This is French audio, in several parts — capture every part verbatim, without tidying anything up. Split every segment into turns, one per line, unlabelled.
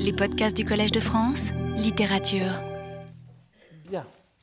Les podcasts du Collège de France, littérature.
Bien.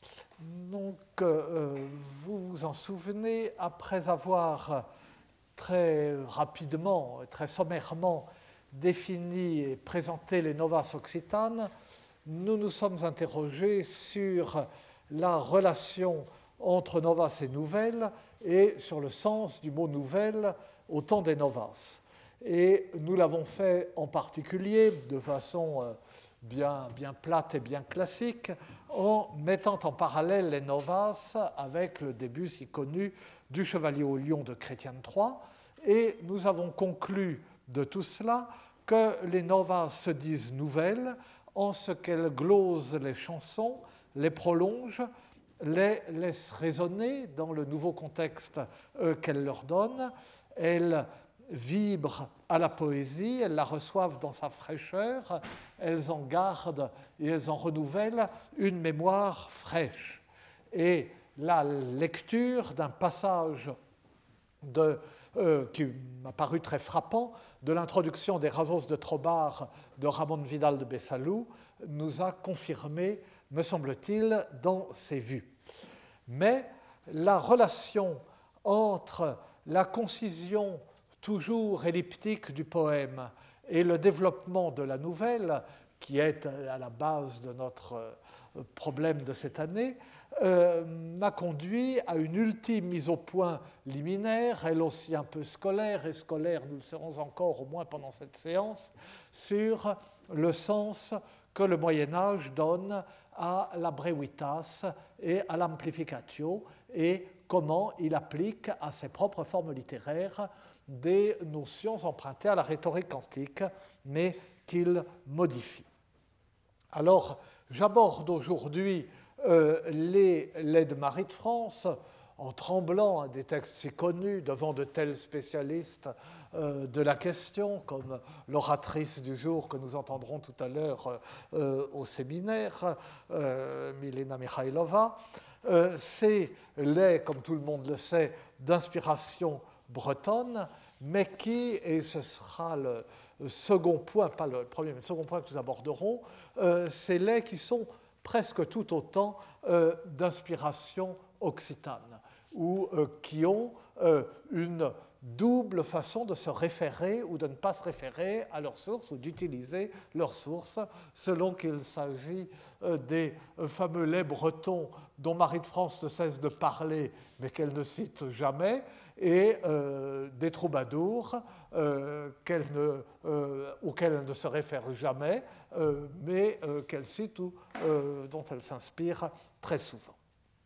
Donc, euh, vous vous en souvenez, après avoir très rapidement, très sommairement défini et présenté les novas occitanes, nous nous sommes interrogés sur la relation entre novas et nouvelles et sur le sens du mot nouvelle au temps des novas. Et nous l'avons fait en particulier de façon bien, bien plate et bien classique en mettant en parallèle les novas avec le début si connu du Chevalier au Lion de Chrétien de Troyes. Et nous avons conclu de tout cela que les novas se disent nouvelles en ce qu'elles glosent les chansons, les prolongent, les laissent résonner dans le nouveau contexte euh, qu'elles leur donnent. Elles vibrent à la poésie, elles la reçoivent dans sa fraîcheur, elles en gardent et elles en renouvellent une mémoire fraîche. Et la lecture d'un passage de, euh, qui m'a paru très frappant de l'introduction des Rasos de Trobar de Ramon Vidal de Besalú nous a confirmé, me semble-t-il, dans ses vues. Mais la relation entre la concision toujours elliptique du poème et le développement de la nouvelle, qui est à la base de notre problème de cette année, euh, m'a conduit à une ultime mise au point liminaire, elle aussi un peu scolaire, et scolaire nous le serons encore au moins pendant cette séance, sur le sens que le Moyen-Âge donne à la brevitas et à l'amplificatio, et comment il applique à ses propres formes littéraires des notions empruntées à la rhétorique antique, mais qu'il modifie. Alors, j'aborde aujourd'hui euh, les laits de Marie de France, en tremblant à des textes si connus devant de tels spécialistes euh, de la question, comme l'oratrice du jour que nous entendrons tout à l'heure euh, au séminaire, euh, Milena Mikhailova. Euh, c'est lait, comme tout le monde le sait, d'inspiration bretonne, mais qui, et ce sera le second point, pas le premier, mais le second point que nous aborderons, euh, ces laits qui sont presque tout autant euh, d'inspiration occitane, ou euh, qui ont euh, une double façon de se référer ou de ne pas se référer à leurs sources ou d'utiliser leurs sources selon qu'il s'agit euh, des fameux laits bretons dont Marie de France ne cesse de parler mais qu'elle ne cite jamais, et euh, des troubadours euh, qu'elle ne, euh, auxquels elle ne se réfère jamais, euh, mais euh, qu'elle cite ou euh, dont elle s'inspire très souvent.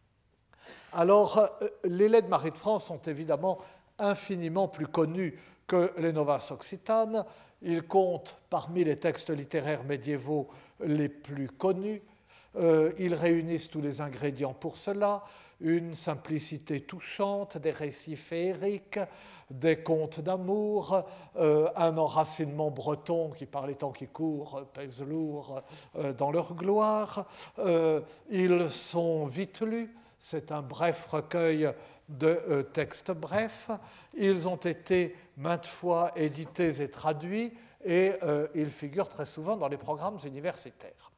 Alors, euh, les laits de Marie de France sont évidemment infiniment plus connus que les novas occitanes. Ils comptent parmi les textes littéraires médiévaux les plus connus. Euh, ils réunissent tous les ingrédients pour cela, une simplicité touchante, des récits féeriques, des contes d'amour, euh, un enracinement breton qui, par les temps qui courent, pèse lourd euh, dans leur gloire. Euh, ils sont vite lus, c'est un bref recueil de euh, textes brefs. Ils ont été maintes fois édités et traduits, et euh, ils figurent très souvent dans les programmes universitaires.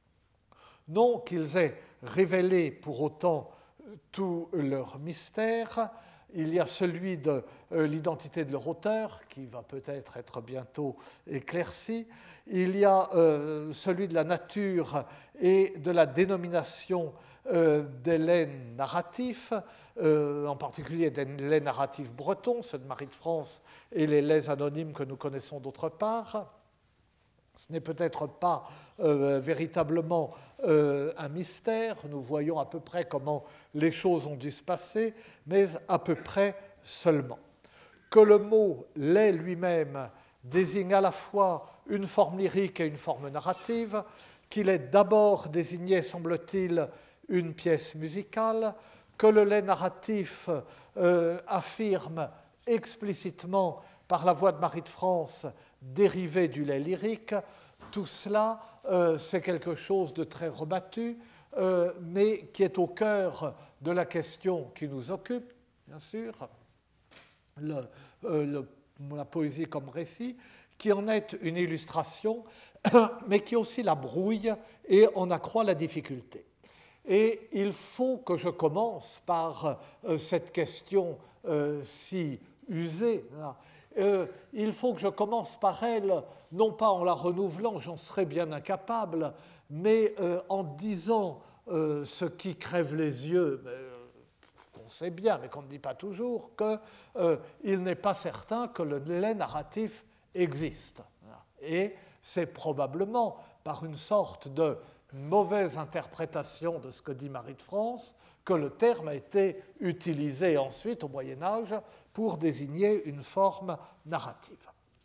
Non qu'ils aient révélé pour autant tout leur mystère, il y a celui de euh, l'identité de leur auteur, qui va peut-être être bientôt éclairci, il y a euh, celui de la nature et de la dénomination euh, des laits narratifs, euh, en particulier des laits narratifs bretons, ceux de Marie de France et les laits anonymes que nous connaissons d'autre part. Ce n'est peut-être pas euh, véritablement euh, un mystère, nous voyons à peu près comment les choses ont dû se passer, mais à peu près seulement. Que le mot « lait » lui-même désigne à la fois une forme lyrique et une forme narrative, qu'il est d'abord désigné, semble-t-il, une pièce musicale, que le lait narratif euh, affirme explicitement par la voix de Marie de France dérivé du lait lyrique, tout cela, euh, c'est quelque chose de très rebattu, euh, mais qui est au cœur de la question qui nous occupe, bien sûr, le, euh, le, la poésie comme récit, qui en est une illustration, mais qui aussi la brouille et en accroît la difficulté. Et il faut que je commence par euh, cette question euh, si usée. Euh, il faut que je commence par elle, non pas en la renouvelant, j'en serais bien incapable, mais euh, en disant euh, ce qui crève les yeux, euh, qu'on sait bien, mais qu'on ne dit pas toujours, qu'il euh, n'est pas certain que le lait narratif existe. Et c'est probablement par une sorte de mauvaise interprétation de ce que dit Marie de France que le terme a été utilisé ensuite au Moyen-Âge pour désigner une forme narrative.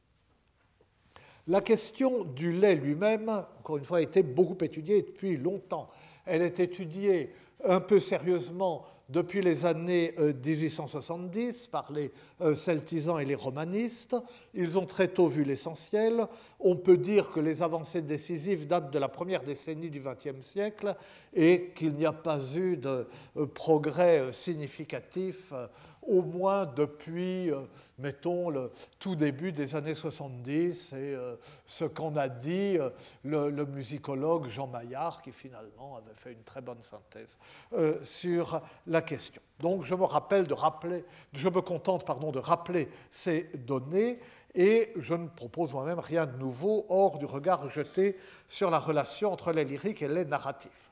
La question du lait lui-même, encore une fois, a été beaucoup étudiée depuis longtemps. Elle est étudiée un peu sérieusement depuis les années dix-huit cent soixante-dix par les celtisans et les romanistes. Ils ont très tôt vu l'essentiel. On peut dire que les avancées décisives datent de la première décennie du vingtième siècle et qu'il n'y a pas eu de progrès significatif au moins depuis, euh, mettons, le tout début des années soixante-dix, et euh, ce qu'en a dit euh, le, le musicologue Jean Maillard, qui finalement avait fait une très bonne synthèse euh, sur la question. Donc je me rappelle de rappeler, je me contente pardon, de rappeler ces données, et je ne propose moi-même rien de nouveau hors du regard jeté sur la relation entre les lyriques et les narratifs.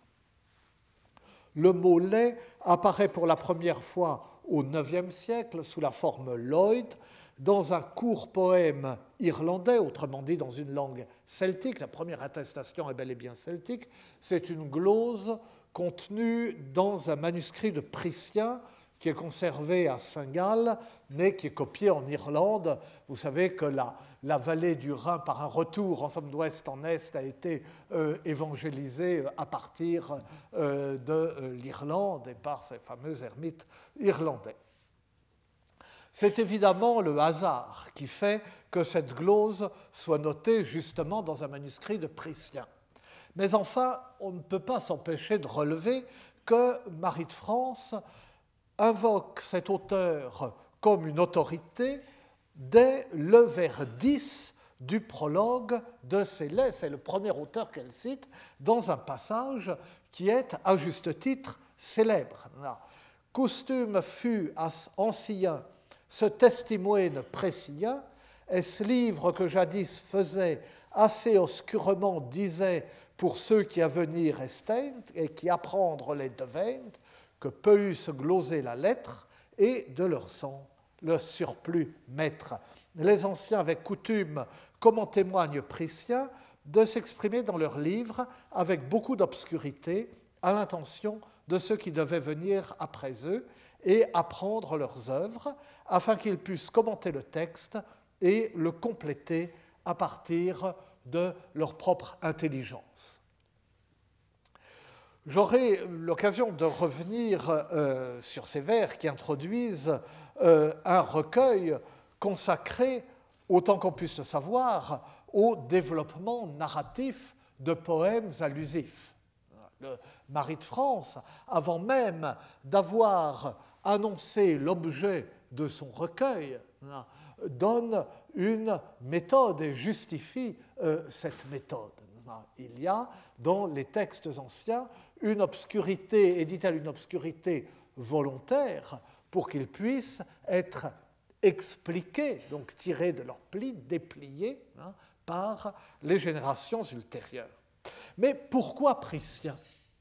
Le mot lait apparaît pour la première fois au neuvième siècle sous la forme Lloyd, dans un court poème irlandais, autrement dit dans une langue celtique. La première attestation est bel et bien celtique. C'est une glose contenue dans un manuscrit de Priscien qui est conservé à Saint-Gall, mais qui est copié en Irlande. Vous savez que la, la vallée du Rhin, par un retour en somme d'ouest en est, a été euh, évangélisée à partir euh, de euh, l'Irlande et par ces fameux ermites irlandais. C'est évidemment le hasard qui fait que cette glose soit notée justement dans un manuscrit de Priscien. Mais enfin, on ne peut pas s'empêcher de relever que Marie de France invoque cet auteur comme une autorité dès le vers dix du prologue de ses laits. C'est le premier auteur qu'elle cite dans un passage qui est, à juste titre, célèbre. « Costume fut ancien, ce testimone précien, est-ce livre que jadis faisait, assez obscurement disait, pour ceux qui à venir estaient et qui apprendre les devaient, que peu eussent glosé la lettre, et de leur sang le surplus maître. Les anciens avaient coutume, comme en témoigne Priscien, de s'exprimer dans leurs livres avec beaucoup d'obscurité à l'intention de ceux qui devaient venir après eux et apprendre leurs œuvres, afin qu'ils puissent commenter le texte et le compléter à partir de leur propre intelligence. J'aurai l'occasion de revenir euh, sur ces vers qui introduisent euh, un recueil consacré, autant qu'on puisse le savoir, au développement narratif de poèmes allusifs. Le Marie de France, avant même d'avoir annoncé l'objet de son recueil, donne une méthode et justifie euh, cette méthode. Il y a dans les textes anciens une obscurité, et dit-elle une obscurité volontaire, pour qu'ils puissent être expliqués, donc tirés de leur pli, dépliés hein, par les générations ultérieures. Mais pourquoi Priscien ?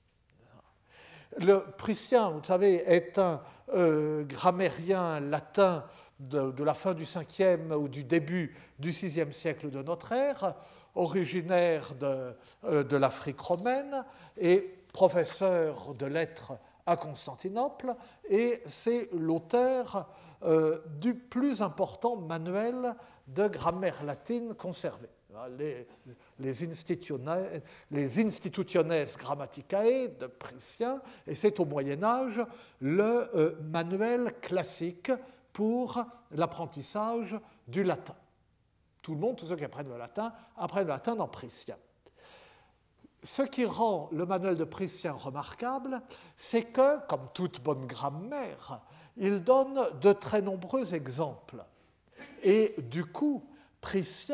Le Priscien, vous savez, est un euh, grammairien latin de, de la fin du cinquième ou du début du sixième siècle de notre ère, originaire de, euh, de l'Afrique romaine et professeur de lettres à Constantinople, et c'est l'auteur euh, du plus important manuel de grammaire latine conservé. Les, les, institutiones, les Institutiones Grammaticae de Priscien, et c'est au Moyen-Âge le euh, manuel classique pour l'apprentissage du latin. Tout le monde, tous ceux qui apprennent le latin, apprennent le latin dans Priscien. Ce qui rend le manuel de Priscien remarquable, c'est que, comme toute bonne grammaire, il donne de très nombreux exemples. Et du coup, Priscien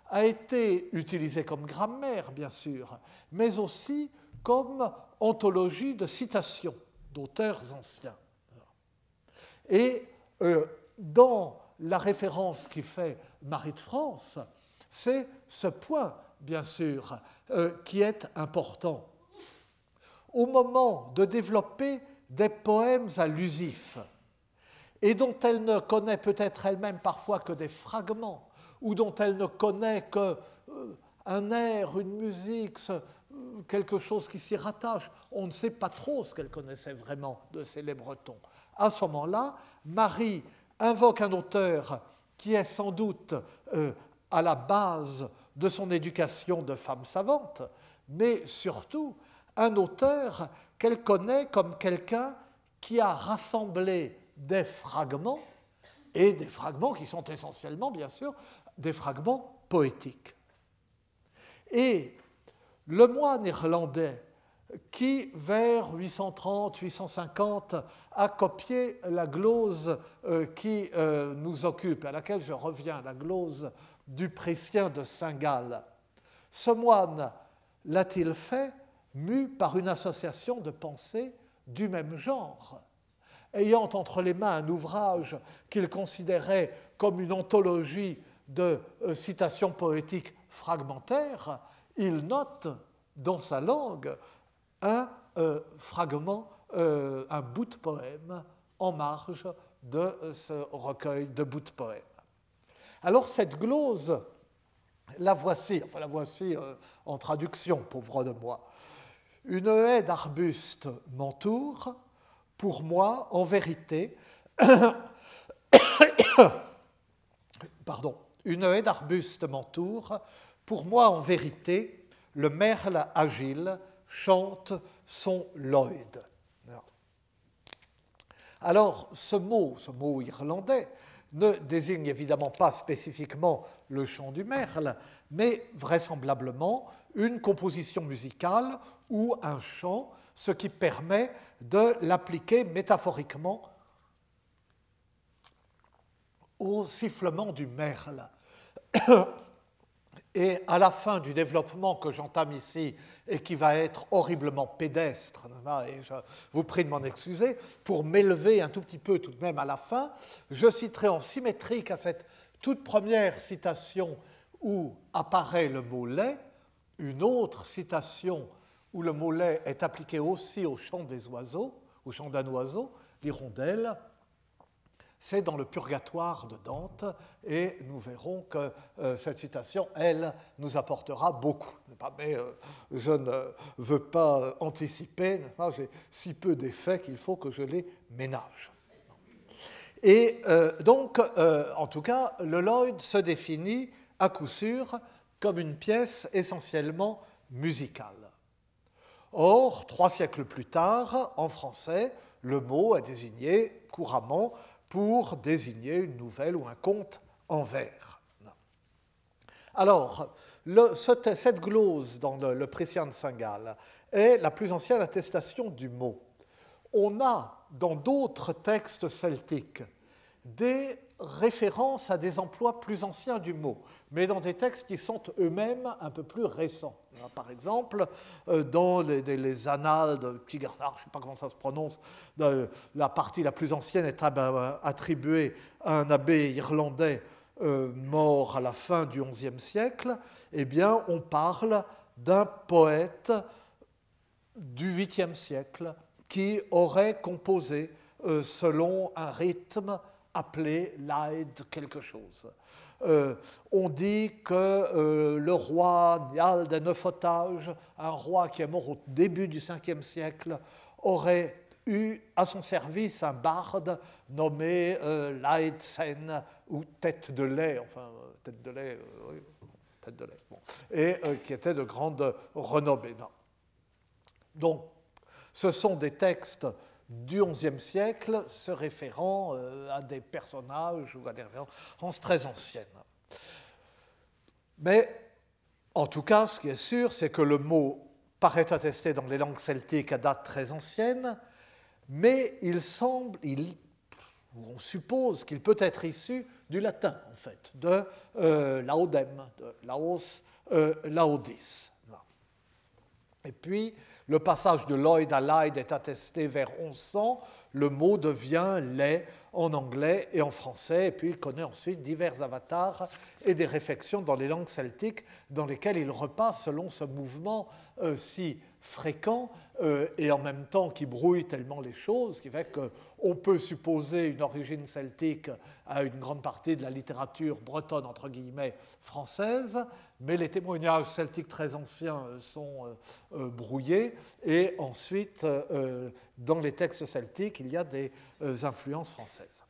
a été utilisé comme grammaire, bien sûr, mais aussi comme ontologie de citations d'auteurs anciens. Et euh, dans la référence qui fait Marie de France, c'est ce point, bien sûr, euh, qui est important. Au moment de développer des poèmes allusifs, et dont elle ne connaît peut-être elle-même parfois que des fragments, ou dont elle ne connaît qu'un euh, air, une musique, ce, quelque chose qui s'y rattache. On ne sait pas trop ce qu'elle connaissait vraiment de ces les Bretons. À ce moment-là, Marie invoque un auteur qui est sans doute euh, à la base de son éducation de femme savante, mais surtout un auteur qu'elle connaît comme quelqu'un qui a rassemblé des fragments, et des fragments qui sont essentiellement, bien sûr, des fragments poétiques. Et le moine irlandais qui, vers huit cent trente huit cent cinquante, a copié la glose euh, qui euh, nous occupe, à laquelle je reviens, la glose du Précien de Saint-Gall. Ce moine l'a-t-il fait mu par une association de pensées du même genre, ayant entre les mains un ouvrage qu'il considérait comme une anthologie de euh, citations poétiques fragmentaires, il note dans sa langue un euh, fragment, euh, un bout de poème en marge de ce recueil de bouts de poèmes. Alors cette glose, la voici, enfin la voici euh, en traduction, pauvre de moi. Une haie d'arbustes m'entoure, pour moi, en vérité, pardon, une haie d'arbustes m'entoure, pour moi, en vérité, le merle agile chante son Lloyd. Alors, ce mot, ce mot irlandais, ne désigne évidemment pas spécifiquement le chant du merle, mais vraisemblablement une composition musicale ou un chant, ce qui permet de l'appliquer métaphoriquement au sifflement du merle. Et à la fin du développement que j'entame ici et qui va être horriblement pédestre, et je vous prie de m'en excuser, pour m'élever un tout petit peu tout de même à la fin, je citerai en symétrique à cette toute première citation où apparaît le mot lait, une autre citation où le mot lait est appliqué aussi au chant des oiseaux, au chant d'un oiseau, l'hirondelle. C'est dans le Purgatoire de Dante, et nous verrons que euh, cette citation, elle, nous apportera beaucoup. Mais euh, je ne veux pas anticiper, j'ai si peu d'effets qu'il faut que je les ménage. Et euh, donc, euh, en tout cas, le Lloyd se définit à coup sûr comme une pièce essentiellement musicale. Or, trois siècles plus tard, en français, le mot est désigné couramment pour désigner une nouvelle ou un conte en vers. Alors, le, cette glose dans le, le Précien de Saint-Gall est la plus ancienne attestation du mot. On a, dans d'autres textes celtiques, des références à des emplois plus anciens du mot, mais dans des textes qui sont eux-mêmes un peu plus récents. Par exemple, dans les, les annales de Tigernach, je ne sais pas comment ça se prononce, la partie la plus ancienne est attribuée à un abbé irlandais mort à la fin du onzième siècle. Eh bien, on parle d'un poète du huitième siècle qui aurait composé selon un rythme appelé l'aide quelque chose. Euh, on dit que euh, le roi Nial des Neuf Otages, un roi qui est mort au début du cinquième siècle, aurait eu à son service un barde nommé euh, Laed Sen, ou Tête de lait, enfin, Tête de lait, euh, oui, Tête de lait, bon, et euh, qui était de grande renommée. Non. Donc, ce sont des textes du onzième siècle, se référant euh, à des personnages ou à des références très anciennes. Mais, en tout cas, ce qui est sûr, c'est que le mot paraît attesté dans les langues celtiques à date très ancienne, mais il semble, il, on suppose qu'il peut être issu du latin, en fait, de euh, laudem, de laos, euh, laudis. Et puis, le passage de Lloyd à Lyde est attesté vers onze cents. Le mot devient lait en anglais et en français. Et puis, il connaît ensuite divers avatars et des réflexions dans les langues celtiques dans lesquelles il repasse selon ce mouvement euh, si fréquent euh, et en même temps qui brouille tellement les choses, ce qui fait qu'on peut supposer une origine celtique à une grande partie de la littérature bretonne, entre guillemets, française, mais les témoignages celtiques très anciens sont euh, euh, brouillés, et ensuite, euh, dans les textes celtiques, il y a des euh, influences françaises.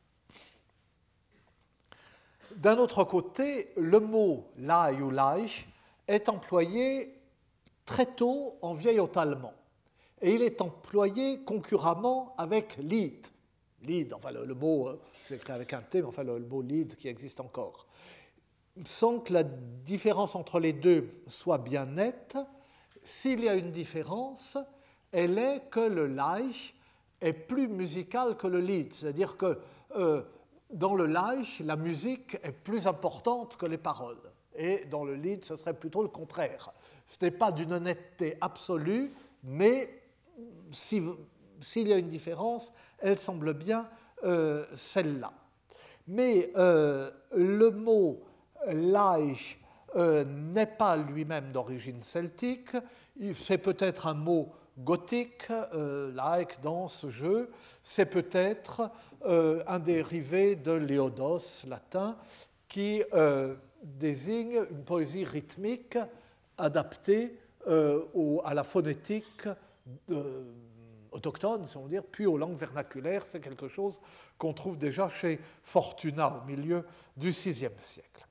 D'un autre côté, le mot lai ou laich est employé très tôt en vieil allemand. Et il est employé concurremment avec Lied. Lied, enfin le, le mot, c'est écrit avec un T, mais enfin le, le mot Lied qui existe encore. Sans que la différence entre les deux soit bien nette, s'il y a une différence, elle est que le Laich est plus musical que le Lied. C'est-à-dire que euh, dans le Laich, la musique est plus importante que les paroles. Et dans le Lied, ce serait plutôt le contraire. Ce n'est pas d'une honnêteté absolue, mais si, s'il y a une différence, elle semble bien euh, celle-là. Mais euh, le mot laich euh, n'est pas lui-même d'origine celtique. C'est peut-être un mot gothique, euh, laïc dans ce jeu. C'est peut-être euh, un dérivé de léodos latin qui euh, désigne une poésie rythmique adaptée euh, au, à la phonétique euh, autochtone, si on veut dire, puis aux langues vernaculaires. C'est quelque chose qu'on trouve déjà chez Fortuna au milieu du sixième siècle.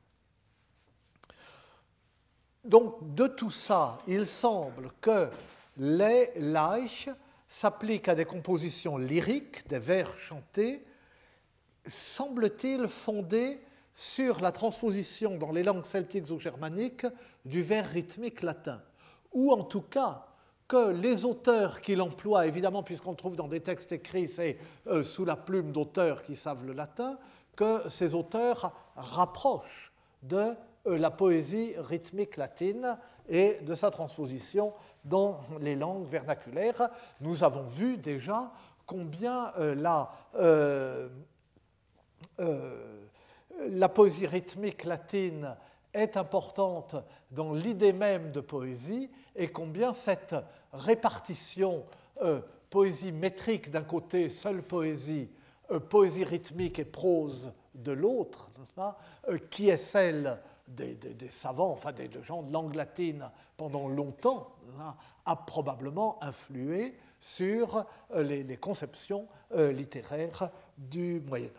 Donc, de tout ça, il semble que les laïcs s'appliquent à des compositions lyriques, des vers chantés, semble-t-il fondés sur la transposition dans les langues celtiques ou germaniques du vers rythmique latin, ou en tout cas que les auteurs qui l'emploient, évidemment puisqu'on le trouve dans des textes écrits, c'est euh, sous la plume d'auteurs qui savent le latin, que ces auteurs rapprochent de euh, la poésie rythmique latine et de sa transposition dans les langues vernaculaires. Nous avons vu déjà combien euh, la... Euh, euh, La poésie rythmique latine est importante dans l'idée même de poésie et combien cette répartition euh, poésie métrique d'un côté, seule poésie, euh, poésie rythmique et prose de l'autre, n'est-ce pas, euh, qui est celle des, des, des savants, enfin des, des gens de langue latine pendant longtemps, hein, a probablement influé sur euh, les, les conceptions euh, littéraires du Moyen-Âge.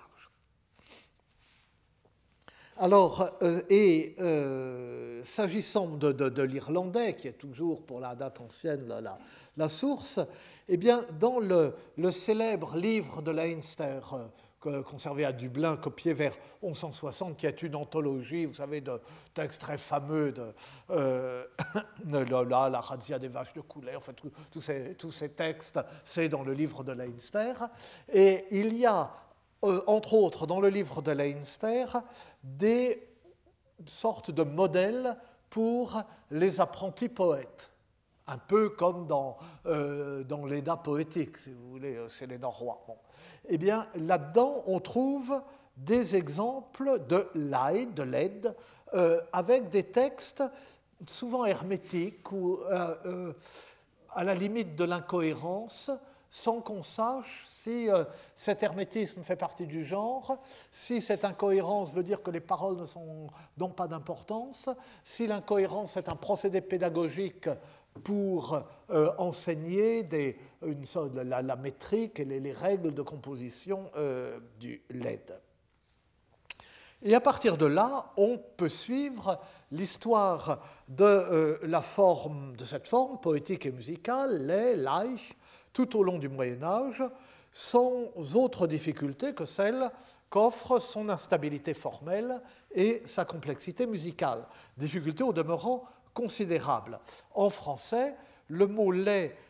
Alors, euh, et euh, s'agissant de, de, de l'irlandais, qui est toujours pour la date ancienne la, la, la source, eh bien, dans le, le célèbre livre de Leinster, euh, conservé à Dublin, copié vers onze cent soixante, qui est une anthologie, vous savez, de textes très fameux de, euh, de la, la razzia des vaches de Coulay, enfin, tous ces, tous ces textes, c'est dans le livre de Leinster. Et il y a, euh, entre autres, dans le livre de Leinster, des sortes de modèles pour les apprentis poètes, un peu comme dans, euh, dans l'Éda poétique, si vous voulez, chez les Norrois. Bon. Eh bien, là-dedans, on trouve des exemples de l'aide, de l'aide, euh, avec des textes souvent hermétiques ou euh, euh, à la limite de l'incohérence, sans qu'on sache si euh, cet hermétisme fait partie du genre, si cette incohérence veut dire que les paroles ne sont, n'ont pas d'importance, si l'incohérence est un procédé pédagogique pour euh, enseigner des, une sorte, la, la métrique et les, les règles de composition euh, du laid. Et à partir de là, on peut suivre l'histoire de, euh, la forme, de cette forme poétique et musicale, les laich, tout au long du Moyen-Âge, sans autre difficulté que celle qu'offre son instabilité formelle et sa complexité musicale. Difficulté au demeurant considérable. En français, le mot « lait »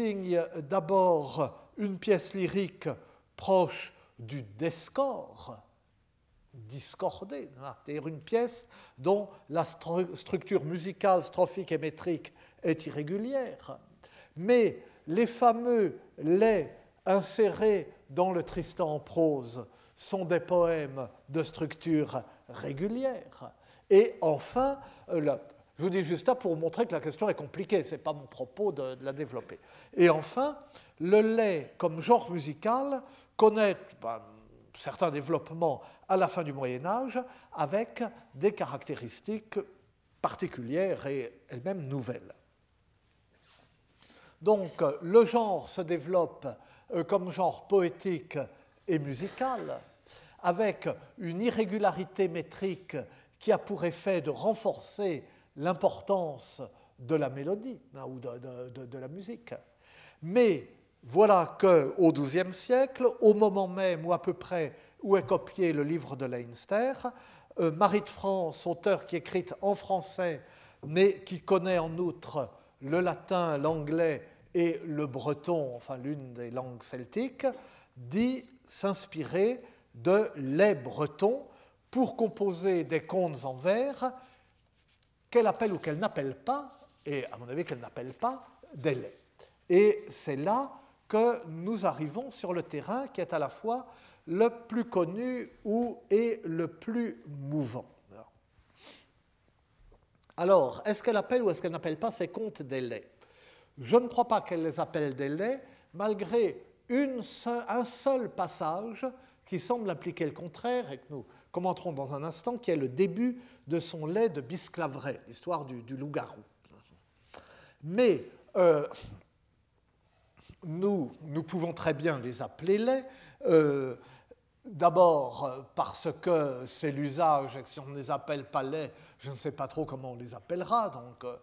désigne d'abord une pièce lyrique proche du descore, discordé, c'est-à-dire une pièce dont la stru- structure musicale, strophique et métrique est irrégulière. Mais les fameux laits insérés dans le Tristan en prose sont des poèmes de structure régulière. Et enfin, là, je vous dis juste ça pour vous montrer que la question est compliquée, ce n'est pas mon propos de, de la développer. Et enfin, le lait comme genre musical connaît ben, certains développements à la fin du Moyen-Âge avec des caractéristiques particulières et elles-mêmes nouvelles. Donc, le genre se développe comme genre poétique et musical, avec une irrégularité métrique qui a pour effet de renforcer l'importance de la mélodie hein, ou de, de, de, de la musique. Mais voilà qu'au douzième siècle, au moment même ou à peu près où est copié le livre de Leinster, euh, Marie de France, auteure qui écrit en français, mais qui connaît en outre le latin, l'anglais et le breton, enfin l'une des langues celtiques, dit s'inspirer de les bretons pour composer des contes en vers qu'elle appelle ou qu'elle n'appelle pas, et à mon avis qu'elle n'appelle pas, des laits. Et c'est là que nous arrivons sur le terrain qui est à la fois le plus connu ou et le plus mouvant. Alors, est-ce qu'elle appelle ou est-ce qu'elle n'appelle pas ces contes des laits ? Je ne crois pas qu'elle les appelle des laits, malgré une seule, un seul passage qui semble impliquer le contraire et que nous commenterons dans un instant, qui est le début de son lait de Bisclaveret, l'histoire du, du loup-garou. Mais euh, nous, nous pouvons très bien les appeler laits, euh, d'abord parce que c'est l'usage et que si on ne les appelle pas laits, je ne sais pas trop comment on les appellera, donc... Euh,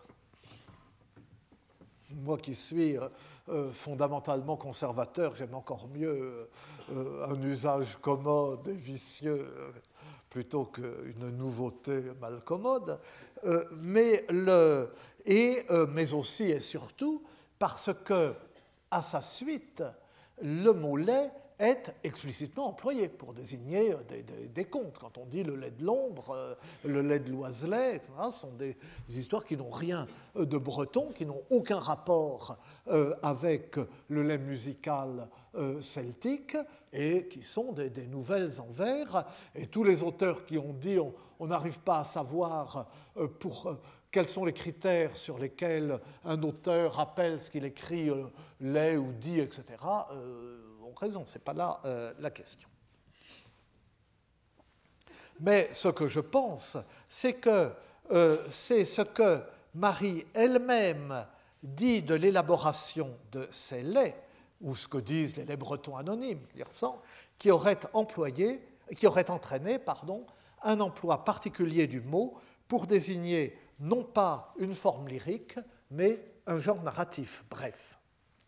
Moi qui suis euh, euh, fondamentalement conservateur, j'aime encore mieux euh, un usage commode et vicieux euh, plutôt qu'une nouveauté mal commode, euh, mais, le, et, euh, mais aussi et surtout parce que, à sa suite, le mot lait est explicitement employé pour désigner des, des, des contes. Quand on dit le lait de l'ombre, euh, le lait de l'oiselet, et cetera, ce sont des, des histoires qui n'ont rien de breton, qui n'ont aucun rapport euh, avec le lait musical euh, celtique et qui sont des, des nouvelles en vers. Et tous les auteurs qui ont dit on n'arrive pas à savoir euh, pour... Euh, quels sont les critères sur lesquels un auteur rappelle ce qu'il écrit, euh, lait ou dit, et cetera, euh, ont raison, ce n'est pas là euh, la question. Mais ce que je pense, c'est que euh, c'est ce que Marie elle-même dit de l'élaboration de ces laits, ou ce que disent les laits bretons anonymes, qui auraient employé, qui auraient entraîné, pardon, un emploi particulier du mot pour désigner non pas une forme lyrique, mais un genre narratif, bref.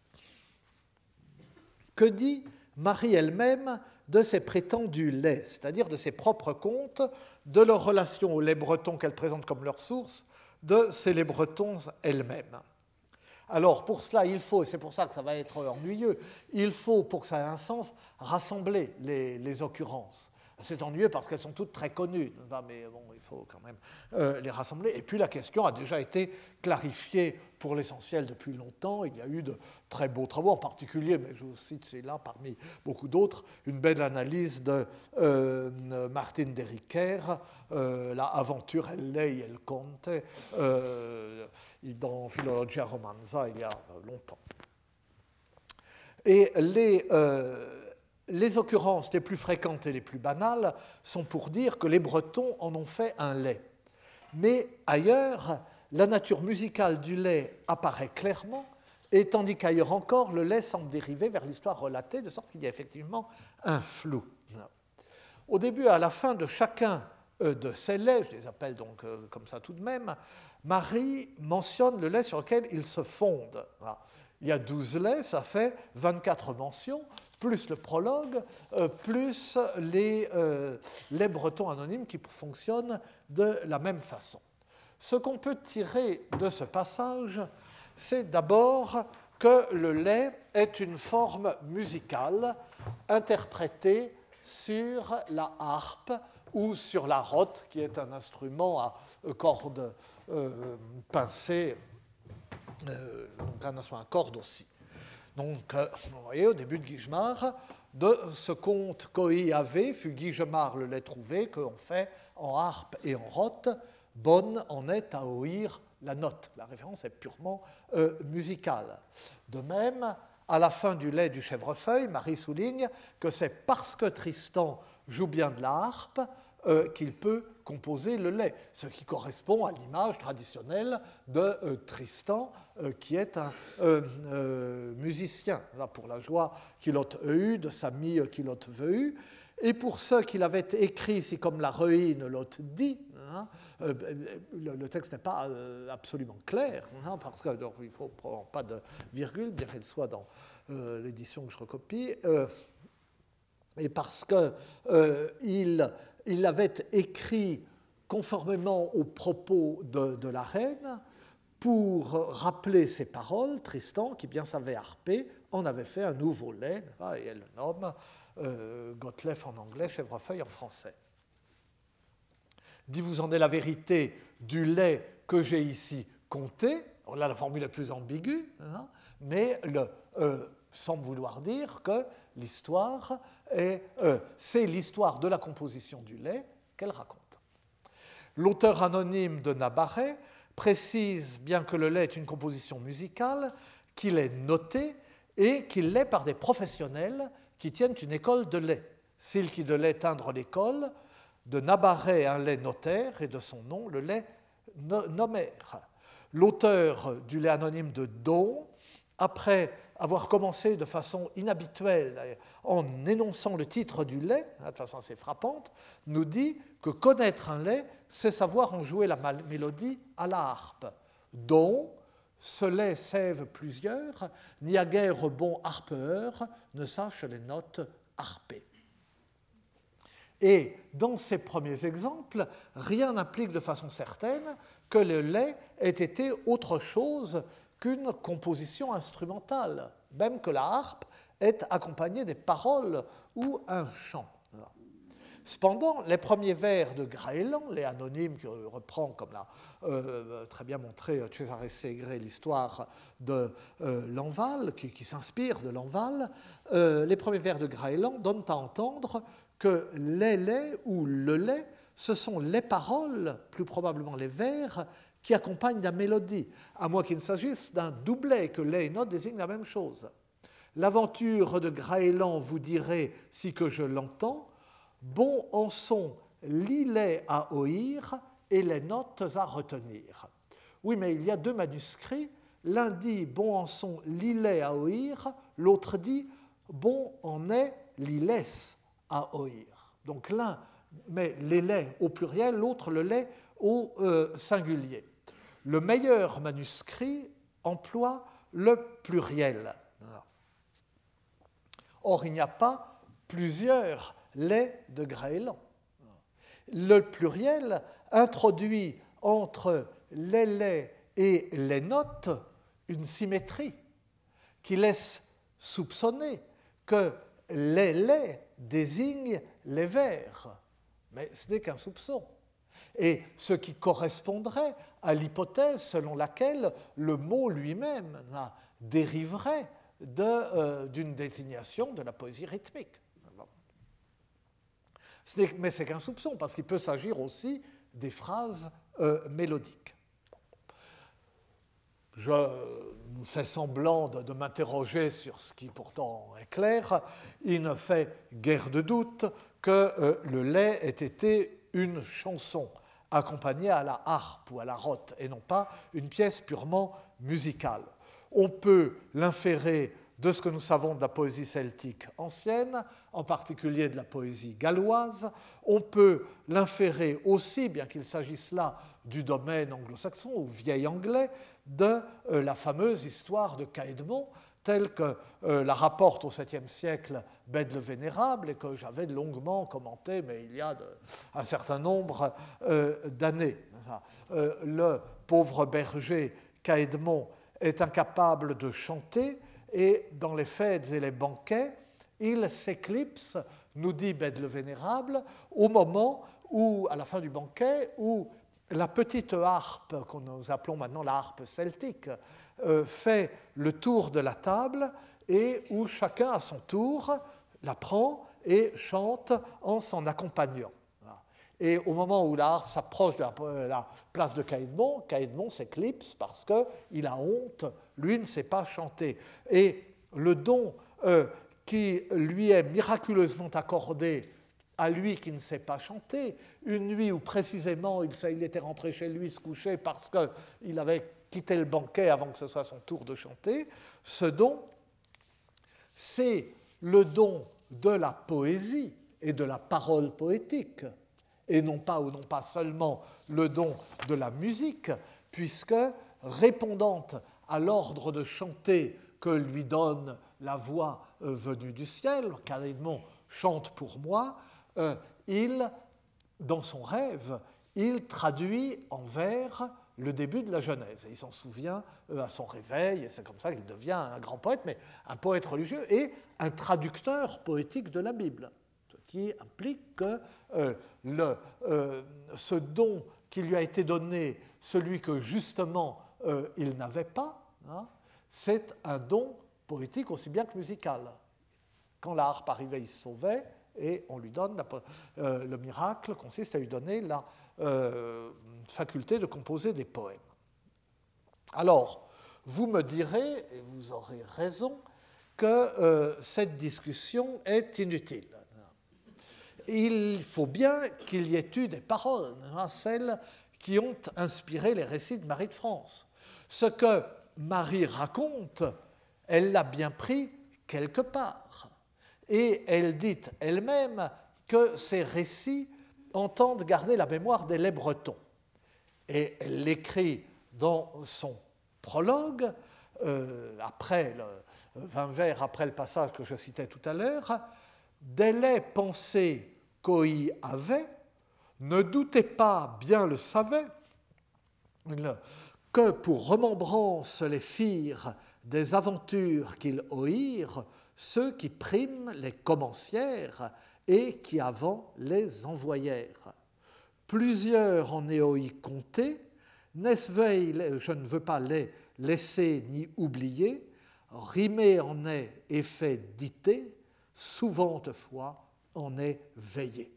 Que dit Marie elle-même de ses prétendus laits, c'est-à-dire de ses propres contes, de leur relation aux laits bretons qu'elle présente comme leur source, de ces laits bretons elles-mêmes? Alors, pour cela, il faut, et c'est pour ça que ça va être ennuyeux, il faut, pour que ça ait un sens, rassembler les, les occurrences. C'est ennuyeux parce qu'elles sont toutes très connues, mais bon, il faut quand même euh, les rassembler. Et puis la question a déjà été clarifiée pour l'essentiel depuis longtemps. Il y a eu de très beaux travaux, en particulier, mais je vous cite celui-là parmi beaucoup d'autres, une belle analyse de euh, Martin Derricker, euh, la Aventure El Lei El Conte, euh, dans Philologia Romanza il y a longtemps. Et les... Euh, Les occurrences les plus fréquentes et les plus banales sont pour dire que les Bretons en ont fait un lait. Mais ailleurs, la nature musicale du lait apparaît clairement, et tandis qu'ailleurs encore, le lait semble dériver vers l'histoire relatée, de sorte qu'il y a effectivement un flou. Au début et à la fin de chacun de ces laits, je les appelle donc comme ça tout de même, Marie mentionne le lait sur lequel ils se fondent. Il y a douze laits, ça fait vingt-quatre mentions, plus le prologue, euh, plus les, euh, les bretons anonymes qui fonctionnent de la même façon. Ce qu'on peut tirer de ce passage, c'est d'abord que le lait est une forme musicale interprétée sur la harpe ou sur la rote, qui est un instrument à cordes euh, pincées, euh, donc un instrument à cordes aussi. Donc, euh, vous voyez, au début de Guigemar, de ce conte Koi Ave, fut Guigemar le lait trouvé, qu'on fait en harpe et en rote, bonne en est à oïr la note. La référence est purement euh, musicale. De même, à la fin du lait du chèvrefeuille, Marie souligne que c'est parce que Tristan joue bien de la harpe euh, qu'il peut composer le lait, ce qui correspond à l'image traditionnelle de euh, Tristan, euh, qui est un euh, euh, musicien, là, pour la joie qu'il a eue, de sa mie qu'il a veu. Et pour ceux qui l'avaient écrit, si comme la ruine l'autre dit, hein, euh, le, le texte n'est pas euh, absolument clair, hein, parce qu'il ne faut pas de virgule, bien qu'elle soit dans euh, l'édition que je recopie, euh, et parce qu'il euh, il avait écrit conformément aux propos de, de la reine, pour rappeler ses paroles, Tristan, qui bien savait harper, en avait fait un nouveau lait, et elle le nomme euh, Gottlieb en anglais, chèvrefeuille en français. Dit vous en est la vérité du lait que j'ai ici compté. Alors là, la formule est plus ambiguë, hein, mais le, euh, semble vouloir dire que l'histoire est, euh, c'est l'histoire de la composition du lait qu'elle raconte. L'auteur anonyme de Nabarret précise, bien que le lait est une composition musicale, qu'il est noté et qu'il l'est par des professionnels qui tiennent une école de lait. S'il qui de lait teindre l'école, de Nabarret un lait notaire et de son nom le lait nomère. L'auteur du lait anonyme de Don, après avoir commencé de façon inhabituelle en énonçant le titre du lait, de façon assez frappante, nous dit que connaître un lait, c'est savoir en jouer la mélodie à la harpe, dont ce lait sève plusieurs, n'y a guère bon harpeur, ne sache les notes harpées. Et dans ces premiers exemples, rien n'implique de façon certaine que le lait ait été autre chose qu'une composition instrumentale, même que la harpe est accompagnée des paroles ou un chant. Cependant, les premiers vers de Graellan, les anonymes qui reprend, comme l'a euh, très bien montré Cesare Segre, l'histoire de euh, Lanval, qui, qui s'inspire de Lanval, euh, les premiers vers de Graellan donnent à entendre que les laits ou le lait, ce sont les paroles, plus probablement les vers, qui accompagnent la mélodie, à moins qu'il ne s'agisse d'un doublet, que lait et note désignent la même chose. L'aventure de Graellan vous dirait, si que je l'entends, bon en sont l'îlet à oïr et les notes à retenir. Oui, mais il y a deux manuscrits. L'un dit bon en sont l'îlet à oïr, l'autre dit bon en est l'îles à oïr. Donc l'un met les laits au pluriel, l'autre le lait au euh, singulier. Le meilleur manuscrit emploie le pluriel. Or, il n'y a pas plusieurs laits de Graellan. Le pluriel introduit entre les laits et les notes une symétrie qui laisse soupçonner que les laits désignent les vers. Mais ce n'est qu'un soupçon. Et ce qui correspondrait à l'hypothèse selon laquelle le mot lui-même dériverait de, euh, d'une désignation de la poésie rythmique. Ce n'est, mais c'est qu'un soupçon, parce qu'il peut s'agir aussi des phrases euh, mélodiques. Je fais semblant de, de m'interroger sur ce qui pourtant est clair. Il ne fait guère de doute que euh, le lait ait été une chanson accompagnée à la harpe ou à la rote, et non pas une pièce purement musicale. On peut l'inférer de ce que nous savons de la poésie celtique ancienne, en particulier de la poésie galloise. On peut l'inférer aussi, bien qu'il s'agisse là du domaine anglo-saxon ou vieil anglais, de euh, la fameuse histoire de Caedmon, telle que euh, la rapporte au septième siècle Bède le Vénérable et que j'avais longuement commentée, mais il y a de, un certain nombre euh, d'années. Euh, le pauvre berger Caedmon est incapable de chanter, et dans les fêtes et les banquets, il s'éclipse nous dit Bède le Vénérable, au moment où, à la fin du banquet, où la petite harpe, que nous appelons maintenant la harpe celtique, euh, fait le tour de la table et où chacun, à son tour, la prend et chante en s'en accompagnant. Et au moment où la harpe s'approche de la, la place de Caïdmon, Caïdmon s'éclipse parce qu'il a honte, lui ne sait pas chanter. Et le don euh, qui lui est miraculeusement accordé à lui qui ne sait pas chanter, une nuit où précisément il, il était rentré chez lui se coucher parce qu'il avait quitté le banquet avant que ce soit son tour de chanter, ce don, c'est le don de la poésie et de la parole poétique, et non pas ou non pas seulement le don de la musique, puisque répondant à l'ordre de chanter que lui donne la voix euh, venue du ciel, Caïdmon chante pour moi, euh, il, dans son rêve, il traduit en vers le début de la Genèse. Et il s'en souvient euh, à son réveil, et c'est comme ça qu'il devient un grand poète, mais un poète religieux et un traducteur poétique de la Bible. Ce qui implique que euh, le, euh, ce don qui lui a été donné, celui que justement euh, il n'avait pas, hein, c'est un don poétique aussi bien que musical. Quand la harpe arrivait, il se sauvait, et on lui donne, la, euh, le miracle consiste à lui donner la euh, faculté de composer des poèmes. Alors, vous me direz, et vous aurez raison, que euh, cette discussion est inutile. Il faut bien qu'il y ait eu des paroles, hein, celles qui ont inspiré les récits de Marie de France. Ce que Marie raconte, elle l'a bien pris quelque part. Et elle dit elle-même que ces récits entendent garder la mémoire des laits bretons. Et elle l'écrit dans son prologue, euh, après le, vingt vers après le passage que je citais tout à l'heure, des laits pensés qu'Oi avait, ne doutez pas, bien le savait, que pour remembrance les firent des aventures qu'ils oïrent, ceux qui priment les commencièrent et qui avant les envoyèrent. Plusieurs en éoï comptés, n'est-ce veille, je ne veux pas les laisser ni oublier, rimé en est et fait dité, souvent fois en est veillé.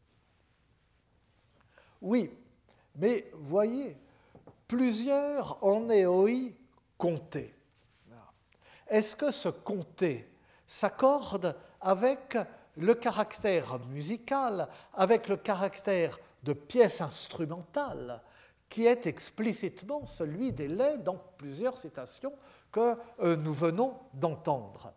Oui, mais voyez, plusieurs en éoï comptés. Est-ce que ce compter s'accorde avec le caractère musical, avec le caractère de pièce instrumentale qui est explicitement celui des laits dans plusieurs citations que euh, nous venons d'entendre?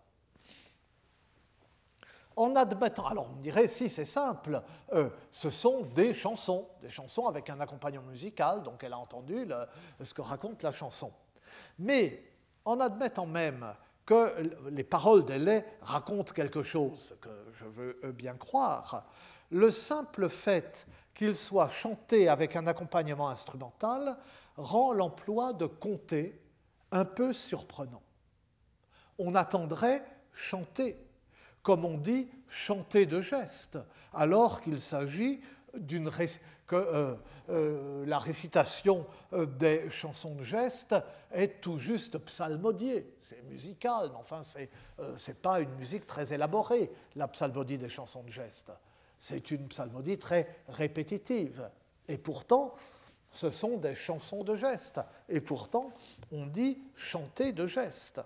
En admettant, alors on dirait, si c'est simple, euh, ce sont des chansons, des chansons avec un accompagnement musical, donc elle a entendu le, ce que raconte la chanson. Mais en admettant même que les paroles des laits racontent quelque chose, que je veux bien croire, le simple fait qu'ils soient chantés avec un accompagnement instrumental rend l'emploi de compter un peu surprenant. On attendrait chanter, comme on dit chanter de geste, alors qu'il s'agit d'une ré- que euh, euh, la récitation euh, des chansons de geste est tout juste psalmodiée. C'est musical, mais enfin, ce n'est euh, pas une musique très élaborée, la psalmodie des chansons de geste. C'est une psalmodie très répétitive. Et pourtant, ce sont des chansons de geste. Et pourtant, on dit chanter de geste.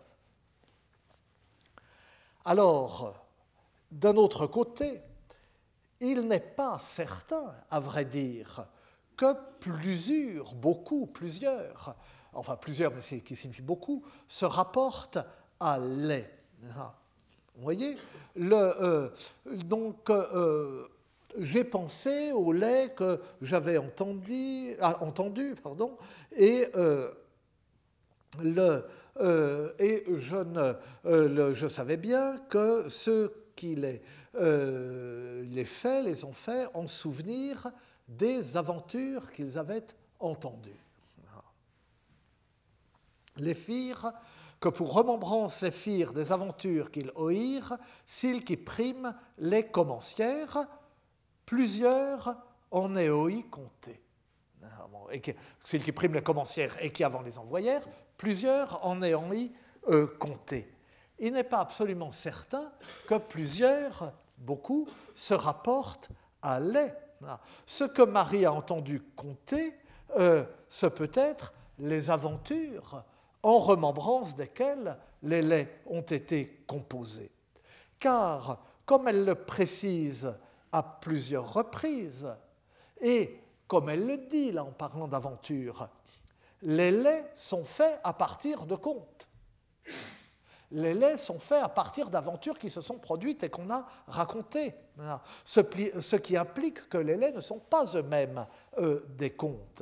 Alors, d'un autre côté, il n'est pas certain, à vrai dire, que plusieurs, beaucoup, plusieurs, enfin plusieurs, mais c'est qui signifie beaucoup, se rapportent à les. Vous voyez, le, euh, donc euh, j'ai pensé au lait que j'avais entendu, ah, entendu, pardon, et euh, le euh, et je ne, euh, le, je savais bien que ceux qui les Euh, les faits les ont faits en souvenir des aventures qu'ils avaient entendues. les firent, que pour remembrance les firent des aventures qu'ils ouïrent, s'ils qui priment les commencièrent, plusieurs en aient ouï compter. Et que, s'ils qui priment les commencièrent et qui avant les envoyèrent, plusieurs en aient ouï euh, compter. Il n'est pas absolument certain que plusieurs, beaucoup, se rapportent à les. Ce que Marie a entendu compter, euh, ce peut être les aventures en remembrance desquelles les laits ont été composés. Car, comme elle le précise à plusieurs reprises, et comme elle le dit là en parlant d'aventure, les laits sont faits à partir de contes. Les laits sont faits à partir d'aventures qui se sont produites et qu'on a racontées. Ce, ce qui implique que les laits ne sont pas eux-mêmes euh, des contes.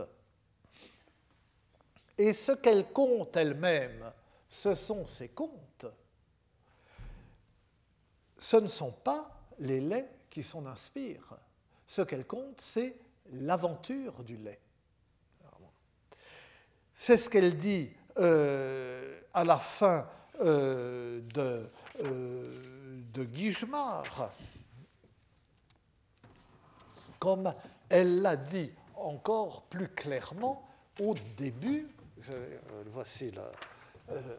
Et ce qu'elle compte elle-même, ce sont ses contes. Ce ne sont pas les laits qui s'en inspirent. Ce qu'elle compte, c'est l'aventure du lait. C'est ce qu'elle dit euh, à la fin euh, de, euh, de Guigemard, comme elle l'a dit encore plus clairement au début. Je, euh, voici la, euh,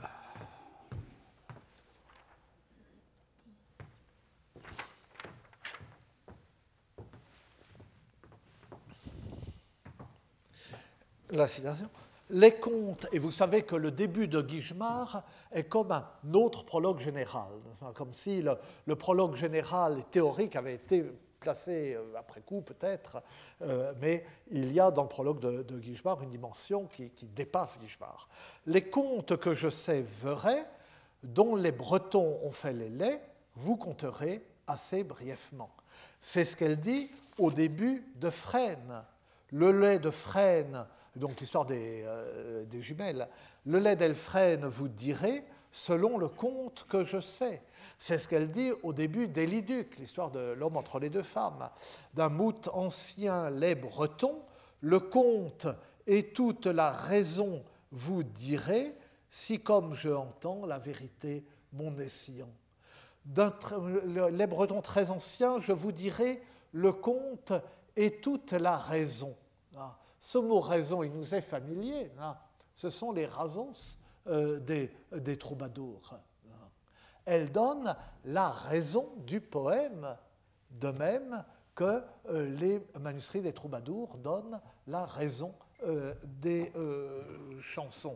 la citation. Les contes, et vous savez que le début de Guigemard est comme un autre prologue général, comme si le, le prologue général et théorique avait été placé après coup peut-être, euh, mais il y a dans le prologue de, de Guigemard une dimension qui, qui dépasse Guigemard. Les contes que je sais vrais, dont les Bretons ont fait les laits, vous compterez assez brièvement. C'est ce qu'elle dit au début de Frêne. Le lait de Frêne, donc l'histoire des, euh, des jumelles, le lait d'Elfrêne vous dirait selon le conte que je sais. C'est ce qu'elle dit au début d'Éliduc, l'histoire de l'homme entre les deux femmes. D'un mout ancien lait breton, le conte et toute la raison vous dirait, si comme je entends la vérité mon essayant. D'un lait breton très ancien, je vous dirai le conte et toute la raison. Ce mot raison, il nous est familier. Ce sont les raisons euh, des, des troubadours. Elle donne la raison du poème, de même que euh, les manuscrits des troubadours donnent la raison euh, des euh, chansons.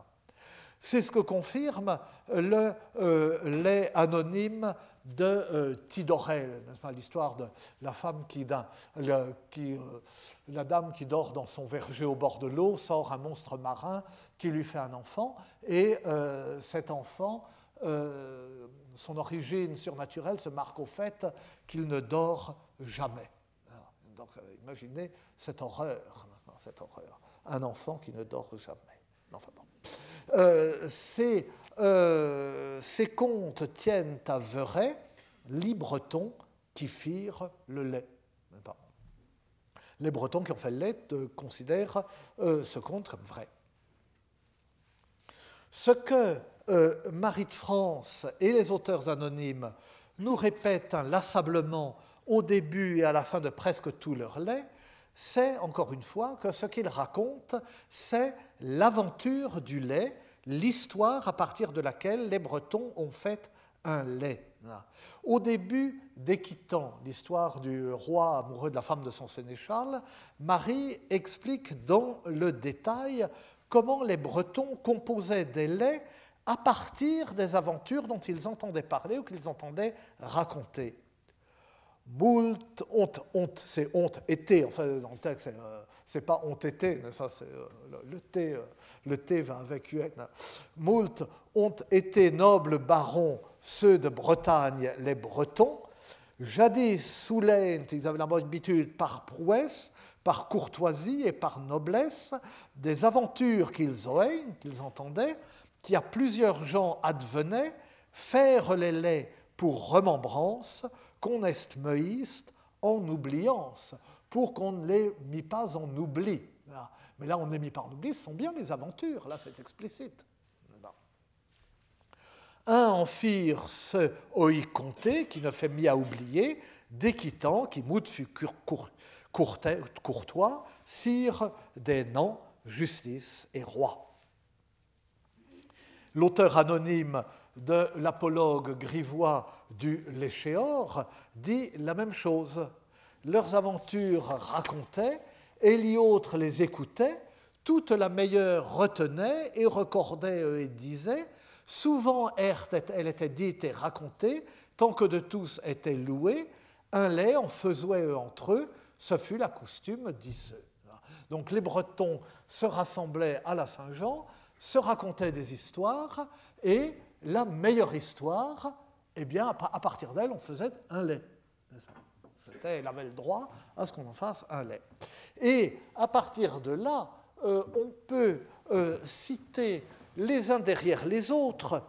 C'est ce que confirme le euh, lait anonyme de euh, Tidorel, l'histoire de la femme qui, le, qui euh, la dame qui dort dans son verger au bord de l'eau, sort un monstre marin qui lui fait un enfant, et euh, cet enfant, euh, son origine surnaturelle se marque au fait qu'il ne dort jamais. Donc, imaginez cette horreur, cette horreur, un enfant qui ne dort jamais. Enfin bon. Euh, ces, euh, ces contes tiennent à vrai les Bretons qui firent le lait. Les Bretons qui ont fait le lait considèrent euh, ce conte comme vrai. Ce que euh, Marie de France et les auteurs anonymes nous répètent inlassablement au début et à la fin de presque tout leur lait, c'est, encore une fois, que ce qu'ils racontent, c'est l'aventure du lait, l'histoire à partir de laquelle les Bretons ont fait un lait. Au début d'Équitan, l'histoire du roi amoureux de la femme de son sénéchal, Marie explique dans le détail comment les Bretons composaient des laits à partir des aventures dont ils entendaient parler ou qu'ils entendaient raconter. Moult, honte, honte, c'est honte, été, enfin dans le texte, c'est, euh, c'est pas honte été, ça c'est euh, le, le T, euh, le T va avec U N. Moult, honte été, nobles barons, ceux de Bretagne, les Bretons, jadis sous l'aine, ils avaient l'habitude par prouesse, par courtoisie et par noblesse, des aventures qu'ils oeillent, qu'ils entendaient, qui à plusieurs gens advenaient, faire les laits pour remembrance, qu'on est meïste en oubliance, pour qu'on ne les mit pas en oubli. Mais là, on n'est mis pas en oubli, ce sont bien les aventures, là c'est explicite. Un amphire ce oi comté, qui ne fait mis à oublier, d'équitant, qui mout fut cour, cour, courtais, courtois, sire des noms, justice et roi. L'auteur anonyme de l'apologue grivois du Léchéor dit la même chose. Leurs aventures racontaient, et les autres les écoutaient, toute la meilleure retenait et recordait et disait. Souvent, elle était dite et racontée, tant que de tous était louée, un lait en faisait entre eux, ce fut la coutume, disent eux. Donc les Bretons se rassemblaient à la Saint-Jean, se racontaient des histoires, et la meilleure histoire, eh bien, à partir d'elle, on faisait un lait. C'était, elle avait le droit à ce qu'on en fasse un lait. Et à partir de là, euh, on peut euh, citer les uns derrière les autres,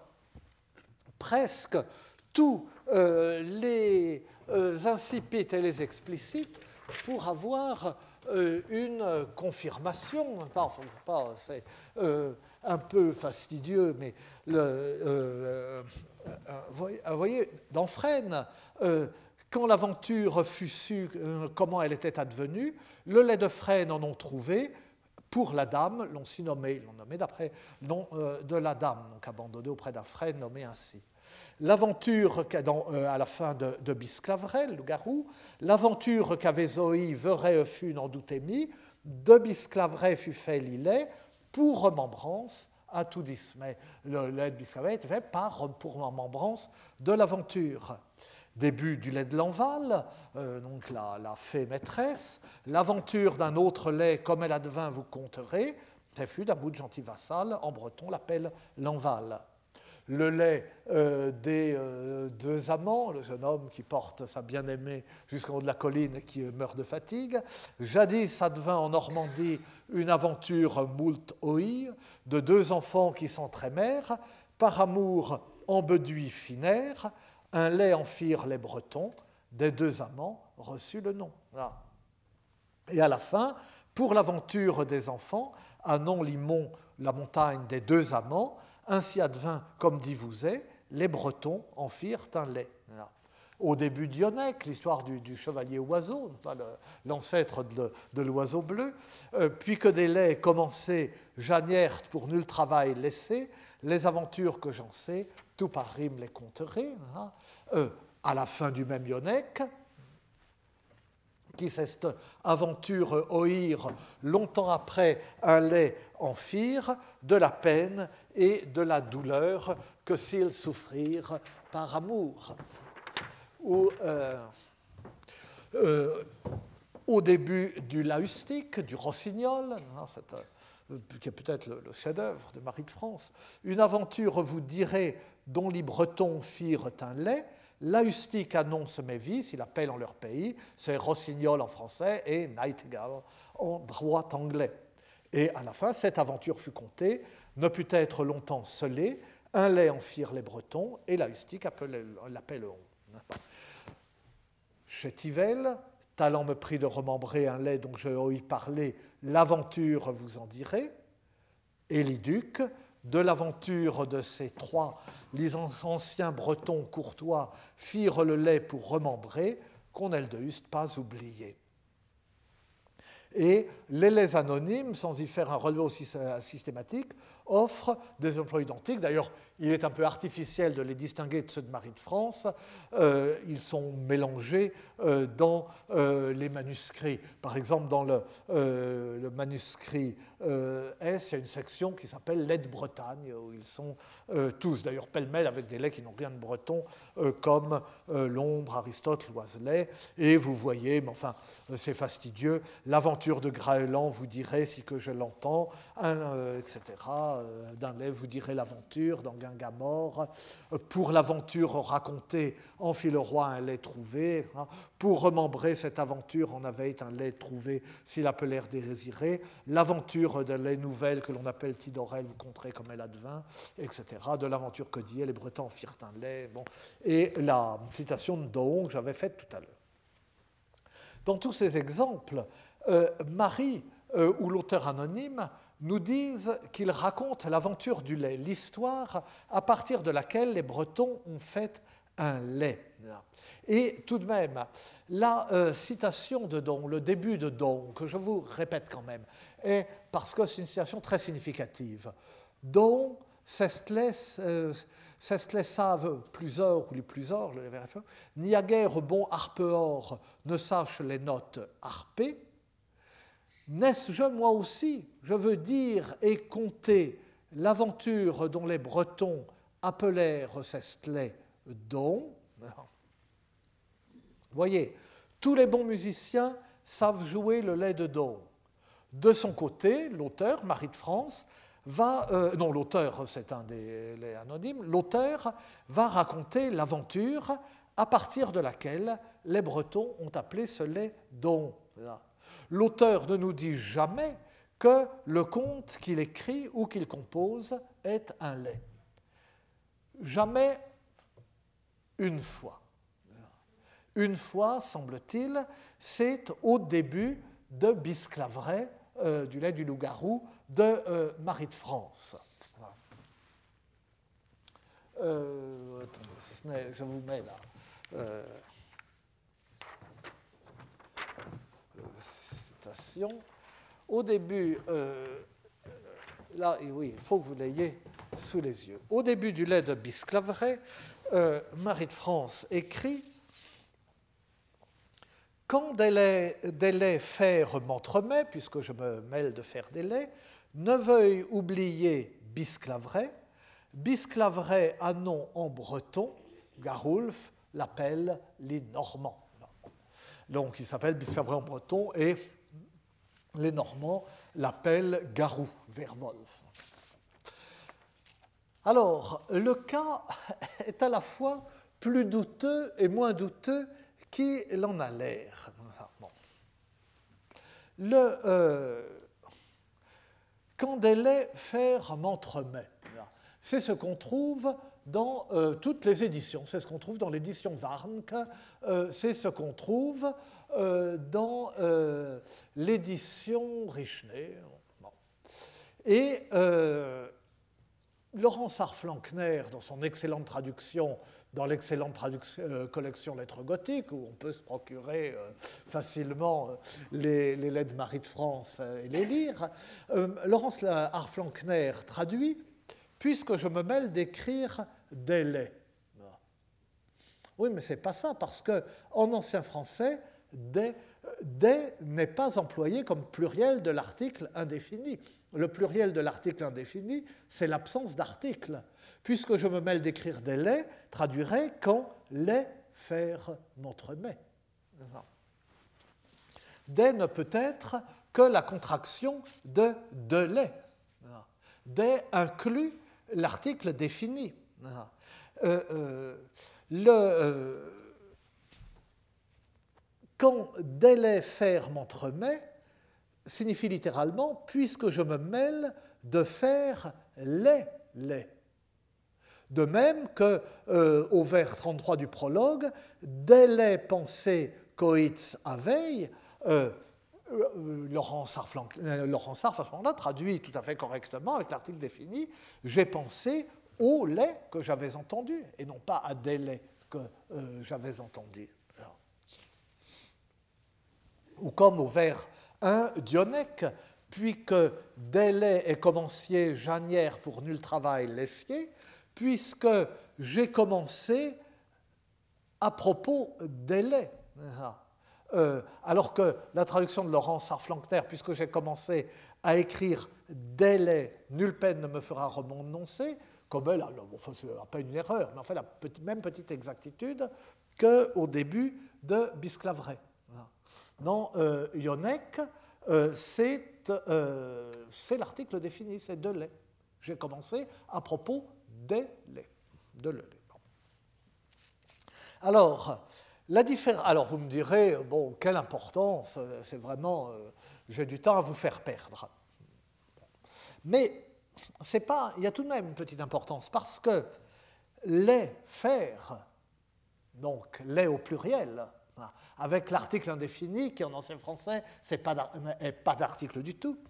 presque tous euh, les euh, incipites et les explicites pour avoir euh, une confirmation. Enfin, pas, c'est euh, un peu fastidieux, mais le, euh, euh, vous voyez, dans Fresnes, euh, quand l'aventure fut sue, euh, comment elle était advenue, le lait de Fresnes en ont trouvé. Pour la dame, l'on s'y nommé, l'on nommé d'après le nom euh, de la dame, donc abandonnée auprès d'un frère nommé ainsi. L'aventure dans, euh, à la fin de, de Bisclaverel, le garou, l'aventure qu'avait Zoï, Verret fut n'en doutez mis, de Bisclaverel fut fait l'illet, pour remembrance à tout dix. Mais le lait de Bisclaverel était fait par, pour remembrance de l'aventure. Début du lait de Lanval, euh, donc la, la fée maîtresse, l'aventure d'un autre lait, comme elle advint, vous compterez, c'est fut d'un bout de gentil vassal, en breton l'appelle Lanval. Le lait euh, des euh, deux amants, le jeune homme qui porte sa bien-aimée jusqu'en haut de la colline et qui meurt de fatigue. Jadis advint en Normandie une aventure moult oi, de deux enfants qui s'entraîmèrent, par amour en beduit finèrent, un lait en firent les Bretons, des deux amants reçut le nom. Voilà. Et à la fin, pour l'aventure des enfants, à Non-Limon, la montagne des deux amants, ainsi advint, comme dit Vouzet, les Bretons en firent un lait. Voilà. Au début d'Ionec, l'histoire du, du chevalier oiseau, l'ancêtre de, de l'oiseau bleu, euh, puis que des laits commençaient, Janière pour nul travail laissé, les aventures que j'en sais, tout par rime les compterai, hein, euh, à la fin du même Ionec, qui cette aventure oïr longtemps après un lait en firent, de la peine et de la douleur que s'ils souffrirent par amour. Ou, euh, euh, au début du laustique, du rossignol, hein, c'est, euh, qui est peut-être le, le chef-d'œuvre de Marie de France, une aventure, vous direz, dont les Bretons firent un lait, laustique annonce mes vices, il appelle en leur pays, c'est rossignol en français et nightingale en droit anglais. Et à la fin, cette aventure fut contée, ne put être longtemps scellée, un lait en firent les Bretons et laustique l'appelle on. Chez Thivel, talent me prie de remembrer un lait dont je ouï parler, l'aventure vous en direz, et les ducs, de l'aventure de ces trois, les anciens Bretons courtois firent le lait pour remembrer, qu'on ne le eussent pas oublié. Et les laits anonymes, sans y faire un relevé aussi systématique, offrent des emplois identiques. D'ailleurs, il est un peu artificiel de les distinguer de ceux de Marie de France. Euh, ils sont mélangés euh, dans euh, les manuscrits. Par exemple, dans le, euh, le manuscrit euh, S, il y a une section qui s'appelle « Lait de Bretagne », où ils sont euh, tous, d'ailleurs pêle-mêle, avec des laits qui n'ont rien de breton, euh, comme euh, l'Ombre, Aristote, l'Oiselet. Et vous voyez, mais enfin, c'est fastidieux, l'aventure de Graëlan, vous direz, si que je l'entends, euh, et cetera. D'un lait, vous direz l'aventure, dans Guingamore. Pour l'aventure racontée, en fit le roi un lait trouvé. Pour remembrer cette aventure, en avait un lait trouvé, s'il appelèrent désiré. L'aventure de lait nouvelle, que l'on appelle Tidorel, vous compterez comme elle advint, et cetera. De l'aventure que dit, les Bretons firent un lait. Bon. Et la citation de Dohon que j'avais faite tout à l'heure. Dans tous ces exemples, euh, Marie euh, où l'auteur anonyme nous dise qu'il raconte l'aventure du lait, l'histoire à partir de laquelle les Bretons ont fait un lait. Et tout de même, la euh, citation de Don, le début de Don, que je vous répète quand même, est parce que c'est une citation très significative. Don, cestles, euh, cestles savent plusieurs ou les plusieurs, je les vérifie, n'y a guère bon harpeur ne sache les notes harpées. N'est-ce je moi aussi, je veux dire et compter l'aventure dont les Bretons appelèrent cestles Don. Voyez, tous les bons musiciens savent jouer le lait de Don. De son côté, l'auteur, Marie de France, va... Euh, non, l'auteur, c'est un des les anonymes. L'auteur va raconter l'aventure à partir de laquelle les Bretons ont appelé ce lait Don. L'auteur ne nous dit jamais que le conte qu'il écrit ou qu'il compose est un lait. Jamais une fois. Une fois, semble-t-il, c'est au début de Bisclaveret, euh, du lait du loup-garou, de euh, Marie de France. Euh, attendez, je vous mets là. Euh, citation. Au début, euh, là, et oui, il faut que vous l'ayez sous les yeux. Au début du lait de Bisclaveret, euh, Marie de France écrit: quand des laits, des laits faire m'entremet, puisque je me mêle de faire des laits, ne veuille oublier Bisclaveret. Bisclaveret a nom en breton, Garulf l'appelle les Normands. Donc il s'appelle Bisclaveret en breton et les Normands l'appellent Garou, Verwolf. Alors, le cas est à la fois plus douteux et moins douteux qu'il en a l'air. Bon. Le, euh, quand des laits faire m'entremet, c'est ce qu'on trouve dans euh, toutes les éditions. C'est ce qu'on trouve dans l'édition Warnke, euh, c'est ce qu'on trouve euh, dans euh, l'édition Richnay. Bon. Et euh, Laurence Arflankner, dans son excellente traduction, dans l'excellente traduction, euh, collection Lettres gothiques, où on peut se procurer euh, facilement euh, les, les lettres de Marie de France euh, et les lire, euh, Laurence Arflankner traduit « Puisque je me mêle d'écrire des laits ». Oui, mais ce n'est pas ça, parce qu'en ancien français, des, des n'est pas employé comme pluriel de l'article indéfini. Le pluriel de l'article indéfini, c'est l'absence d'article. Puisque je me mêle d'écrire des laits, traduirait quand les faire m'entremet. Des ne peut être que la contraction de de lait. Des inclut l'article défini. Euh, euh, le, euh, quand des laits faire m'entremet signifie littéralement puisque je me mêle de faire les laits. De même qu'au euh, vers trente-trois du prologue, dès les pensées coïts aveille, euh, euh, Laurence Arf, euh, Laurence Arf à ce moment-là traduit tout à fait correctement avec l'article défini, j'ai pensé au lait que j'avais entendu et non pas à des laits que euh, j'avais entendu. Ou comme au vers un Dionec, puis que délai est commencier janière pour nul travail l'essier, puisque j'ai commencé à propos délai. Euh, alors que la traduction de Laurence Arflankner, puisque j'ai commencé à écrire délai, nulle peine ne me fera remononcer, comme elle, alors, enfin, ce n'est pas une erreur, mais enfin la petite, même petite exactitude qu'au début de Bisclaveret. Dans euh, Ionek, euh, c'est, euh, c'est l'article défini, c'est de lait. J'ai commencé à propos des laits, de le lait. Bon. Alors, la diffé- Alors, vous me direz, bon, quelle importance, c'est vraiment, euh, j'ai du temps à vous faire perdre. Mais c'est pas, il y a tout de même une petite importance, parce que les faire, donc les au pluriel, Avec l'article indéfini, qui en ancien français n'est pas d'article du tout.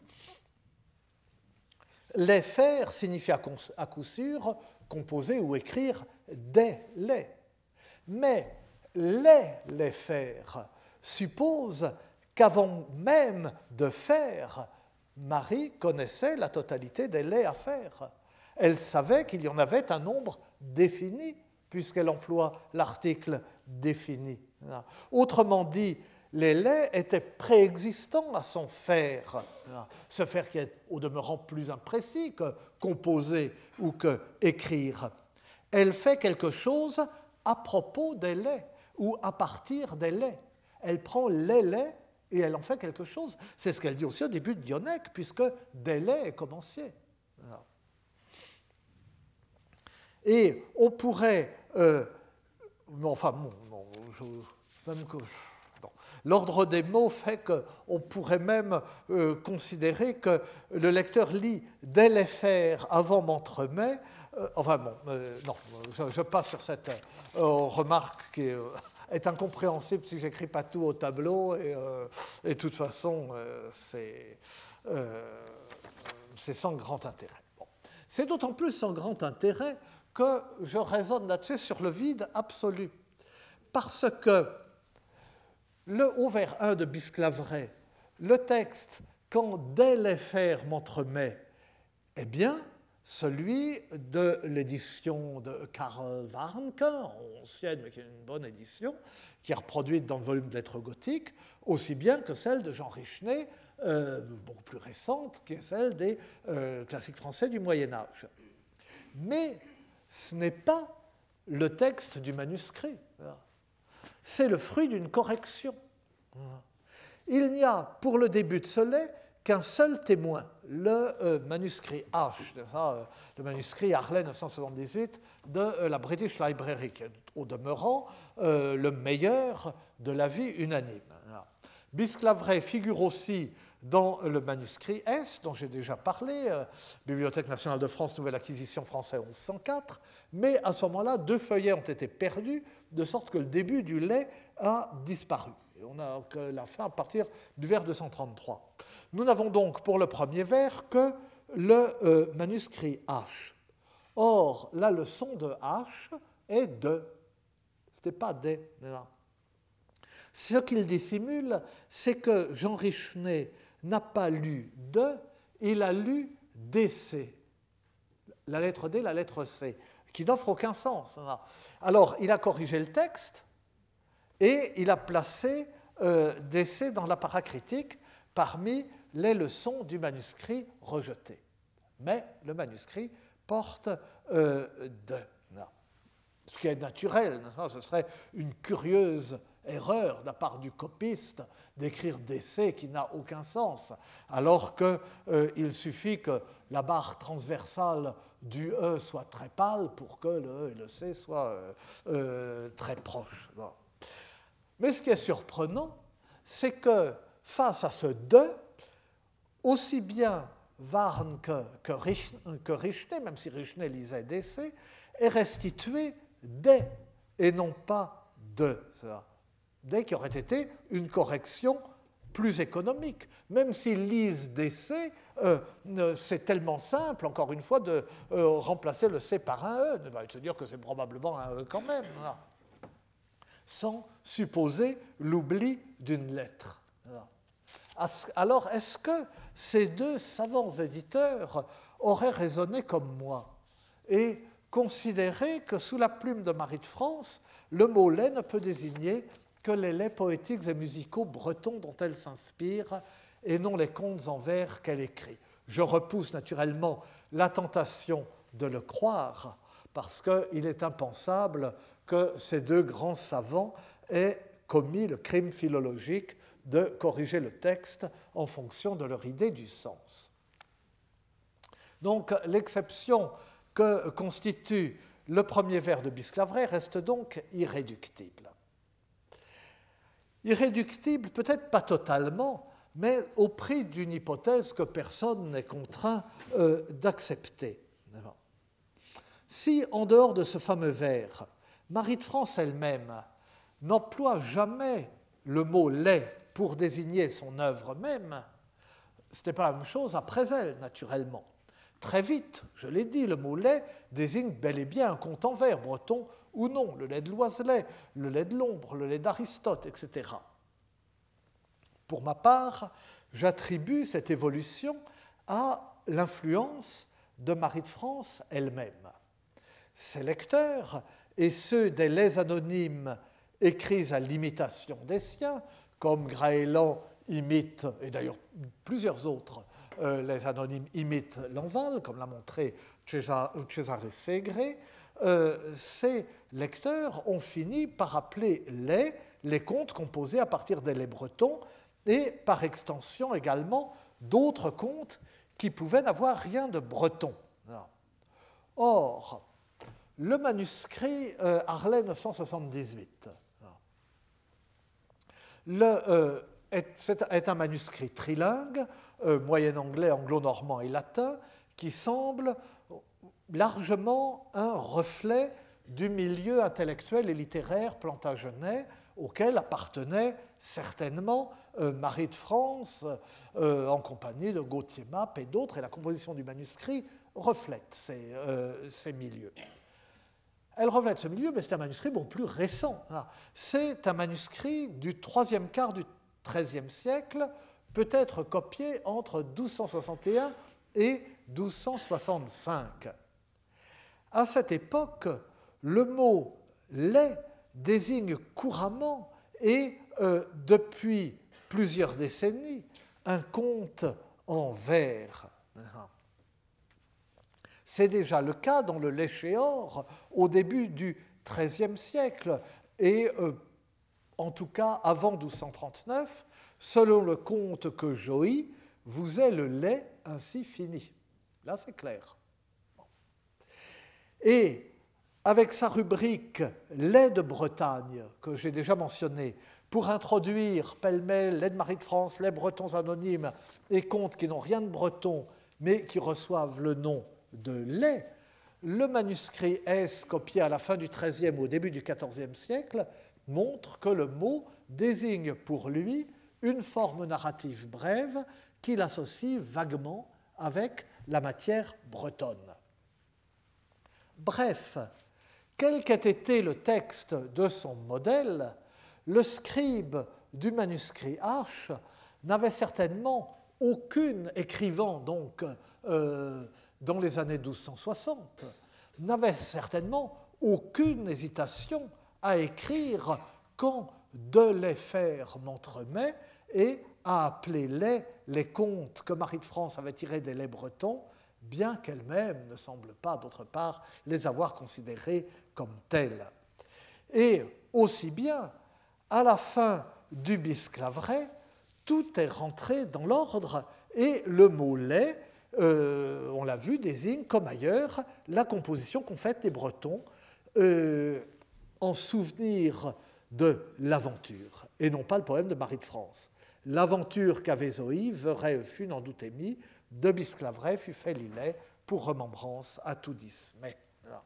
Les faire signifie à coup sûr composer ou écrire des les. Mais les les faire suppose qu'avant même de faire, Marie connaissait la totalité des laits à faire. Elle savait qu'il y en avait un nombre défini, puisqu'elle emploie l'article défini. Autrement dit, les laits étaient préexistants à son faire, ce faire qui est au demeurant plus imprécis que composer ou que écrire. Elle fait quelque chose à propos des laits ou à partir des laits. Elle prend les laits et elle en fait quelque chose. C'est ce qu'elle dit aussi au début de Dionec, puisque des laits est commencier. Et on pourrait... Euh, enfin, bon, non, je, même que... Bon. L'ordre des mots fait qu'on pourrait même euh, considérer que le lecteur lit « dès les faire avant m'entremet euh, ». Enfin bon, euh, non, je, je passe sur cette euh, remarque qui est, euh, est incompréhensible si je n'écris pas tout au tableau. Et, euh, et de toute façon, euh, c'est, euh, c'est sans grand intérêt. Bon. C'est d'autant plus sans grand intérêt que je raisonne là-dessus sur le vide absolu. Parce que le haut vers un de Bisclaveret, le texte « Quand dès les faire m'entremet » est bien celui de l'édition de Karl Warnke, ancienne mais qui est une bonne édition, qui est reproduite dans le volume de lettres gothiques, aussi bien que celle de Jean Richenay, euh, beaucoup plus récente, qui est celle des euh, classiques français du Moyen-Âge. Mais ce n'est pas le texte du manuscrit. C'est le fruit d'une correction. Il n'y a pour le début de ce lait qu'un seul témoin, le euh, manuscrit H, ça, euh, le manuscrit Harley neuf cent soixante-dix-huit de euh, la British Library, qui est au demeurant euh, le meilleur de l'avis unanime. Bisclaveret figure aussi dans le manuscrit S, dont j'ai déjà parlé, euh, Bibliothèque nationale de France, Nouvelle Acquisition français onze cent quatre, mais à ce moment-là, deux feuillets ont été perdus, de sorte que le début du lait a disparu. Et on a la fin à partir du vers deux cent trente-trois. Nous n'avons donc pour le premier vers que le euh, manuscrit H. Or, la leçon de H est de. Ce n'est pas des. Ce qu'il dissimule, c'est que Jean Richenay n'a pas lu de, il a lu D C. La lettre D, la lettre C, qui n'offre aucun sens. Alors, il a corrigé le texte et il a placé euh, D C dans la paracritique parmi les leçons du manuscrit rejeté. Mais le manuscrit porte euh, de. Non. Ce qui est naturel, ce serait une curieuse erreur de la part du copiste d'écrire D C qui n'a aucun sens, alors qu'il euh, suffit que la barre transversale du E soit très pâle pour que le E et le C soient euh, euh, très proches. Bon. Mais ce qui est surprenant, c'est que face à ce « de », aussi bien Warnke que, que Richenay, même si Richenay lisait D C, est restitué « des » et non pas « de ». Dès qui aurait été une correction plus économique. Même s'ils lisent D C, euh, c'est tellement simple, encore une fois, de euh, remplacer le C par un E. Il va se dire que c'est probablement un E quand même, là. Sans supposer l'oubli d'une lettre. Alors, est-ce que ces deux savants éditeurs auraient raisonné comme moi et considéré que sous la plume de Marie de France, le mot lait ne peut désigner que les laits poétiques et musicaux bretons dont elle s'inspire et non les contes en vers qu'elle écrit. Je repousse naturellement la tentation de le croire parce qu'il est impensable que ces deux grands savants aient commis le crime philologique de corriger le texte en fonction de leur idée du sens. Donc l'exception que constitue le premier vers de Bisclaveret reste donc irréductible. Irréductible, peut-être pas totalement, mais au prix d'une hypothèse que personne n'est contraint euh, d'accepter. Si, en dehors de ce fameux vers, Marie de France elle-même n'emploie jamais le mot lait pour désigner son œuvre même, ce n'est pas la même chose après elle, naturellement. Très vite, je l'ai dit, le mot lait désigne bel et bien un conte en vers, breton ou non, le lait de Loiselet, le lait de l'ombre, le lait d'Aristote, et cetera. Pour ma part, j'attribue cette évolution à l'influence de Marie de France elle-même. Ses lecteurs et ceux des laits anonymes écrits à l'imitation des siens, comme Graëlan imite, et d'ailleurs plusieurs autres, euh, les anonymes imitent Lanval, comme l'a montré Cesare Segre, euh, ces lecteurs ont fini par appeler les, les contes composés à partir des laits bretons et par extension également d'autres contes qui pouvaient n'avoir rien de breton. Or, le manuscrit euh, Harlay neuf cent soixante-dix-huit le, euh, est, est un manuscrit trilingue, euh, moyen-anglais, anglo-normand et latin, qui semble largement un reflet du milieu intellectuel et littéraire plantagenais auquel appartenait certainement euh, Marie de France euh, en compagnie de Gauthier Mappe et d'autres, et la composition du manuscrit reflète ces, euh, ces milieux. Elle reflète ce milieu, mais c'est un manuscrit beaucoup plus récent. C'est un manuscrit du troisième quart du treizième siècle, peut-être copié entre douze cent soixante et un et douze cent soixante-cinq. À cette époque, le mot « lait » désigne couramment et, euh, depuis plusieurs décennies, un conte en vers. C'est déjà le cas dans le Léchéor au début du treizième siècle et euh, en tout cas avant douze cent trente-neuf, selon le conte que Joly, vous est le lait ainsi fini. Là, c'est clair. Et avec sa rubrique lait de Bretagne, que j'ai déjà mentionné, pour introduire pêle-mêle lait de Marie de France, lait bretons anonymes et contes qui n'ont rien de breton, mais qui reçoivent le nom de lait, le manuscrit S, copié à la fin du treizième ou au début du quatorzième siècle, montre que le mot désigne pour lui une forme narrative brève qu'il associe vaguement avec la matière bretonne. Bref, quel qu'ait été le texte de son modèle, le scribe du manuscrit H n'avait certainement aucune, écrivant donc euh, dans les années douze cent soixante, n'avait certainement aucune hésitation à écrire quand de les faire m'entremet et à appeler les, les contes que Marie de France avait tirés des laits bretons, bien qu'elle-même ne semble pas, d'autre part, les avoir considérés comme tels. Et aussi bien, à la fin du Bisclaveret, tout est rentré dans l'ordre et le mot lait, euh, on l'a vu, désigne comme ailleurs la composition qu'ont faite les Bretons euh, en souvenir de l'aventure, et non pas le poème de Marie de France. L'aventure qu'avait Zoï, verrait fut n'en doutez mis, de Bisclaveret fut fait l'illet pour remembrance à tout dix. Mais voilà.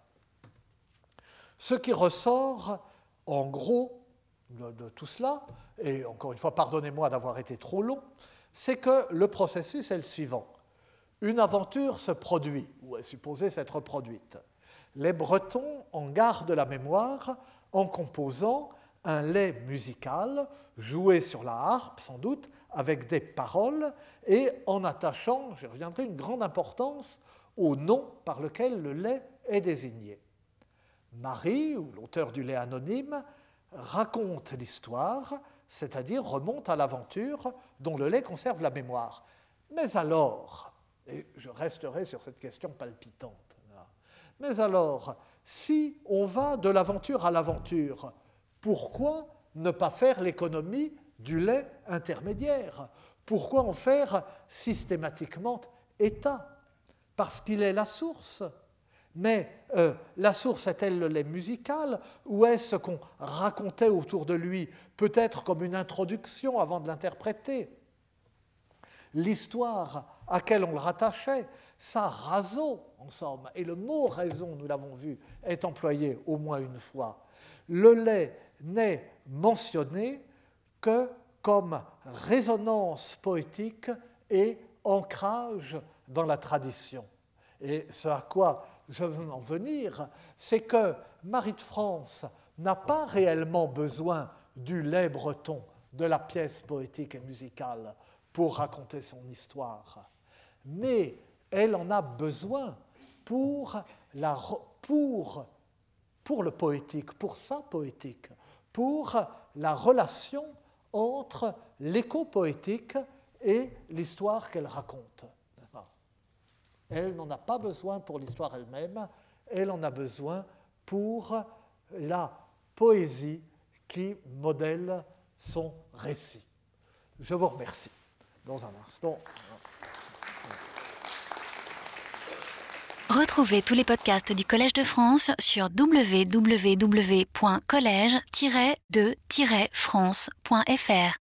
Ce qui ressort, en gros, de, de tout cela, et encore une fois, pardonnez-moi d'avoir été trop long, c'est que le processus est le suivant. Une aventure se produit, ou est supposée s'être produite. Les Bretons en gardent la mémoire en composant un lait musical, joué sur la harpe sans doute, avec des paroles, et en attachant, j'y reviendrai, une grande importance au nom par lequel le lait est désigné. Marie, ou l'auteur du lait anonyme, raconte l'histoire, c'est-à-dire remonte à l'aventure dont le lait conserve la mémoire. Mais alors, et je resterai sur cette question palpitante, mais alors, si on va de l'aventure à l'aventure, pourquoi ne pas faire l'économie du lait intermédiaire? Pourquoi en faire systématiquement état? Parce qu'il est la source. Mais euh, la source est-elle le lait musical ou est-ce ce qu'on racontait autour de lui, peut-être comme une introduction avant de l'interpréter? L'histoire à laquelle on le rattachait, sa raison, en somme, et le mot raison, nous l'avons vu, est employé au moins une fois. Le lait n'est mentionné que comme résonance poétique et ancrage dans la tradition. Et ce à quoi je veux en venir, c'est que Marie de France n'a pas réellement besoin du lait breton, de la pièce poétique et musicale pour raconter son histoire, mais elle en a besoin pour, la, pour, pour le poétique, pour sa poétique, pour la relation entre l'écho poétique et l'histoire qu'elle raconte. Elle n'en a pas besoin pour l'histoire elle-même, elle en a besoin pour la poésie qui modèle son récit. Je vous remercie. Dans un instant.
Retrouvez tous les podcasts du Collège de France sur w w w point collège tiret de tiret france point f r.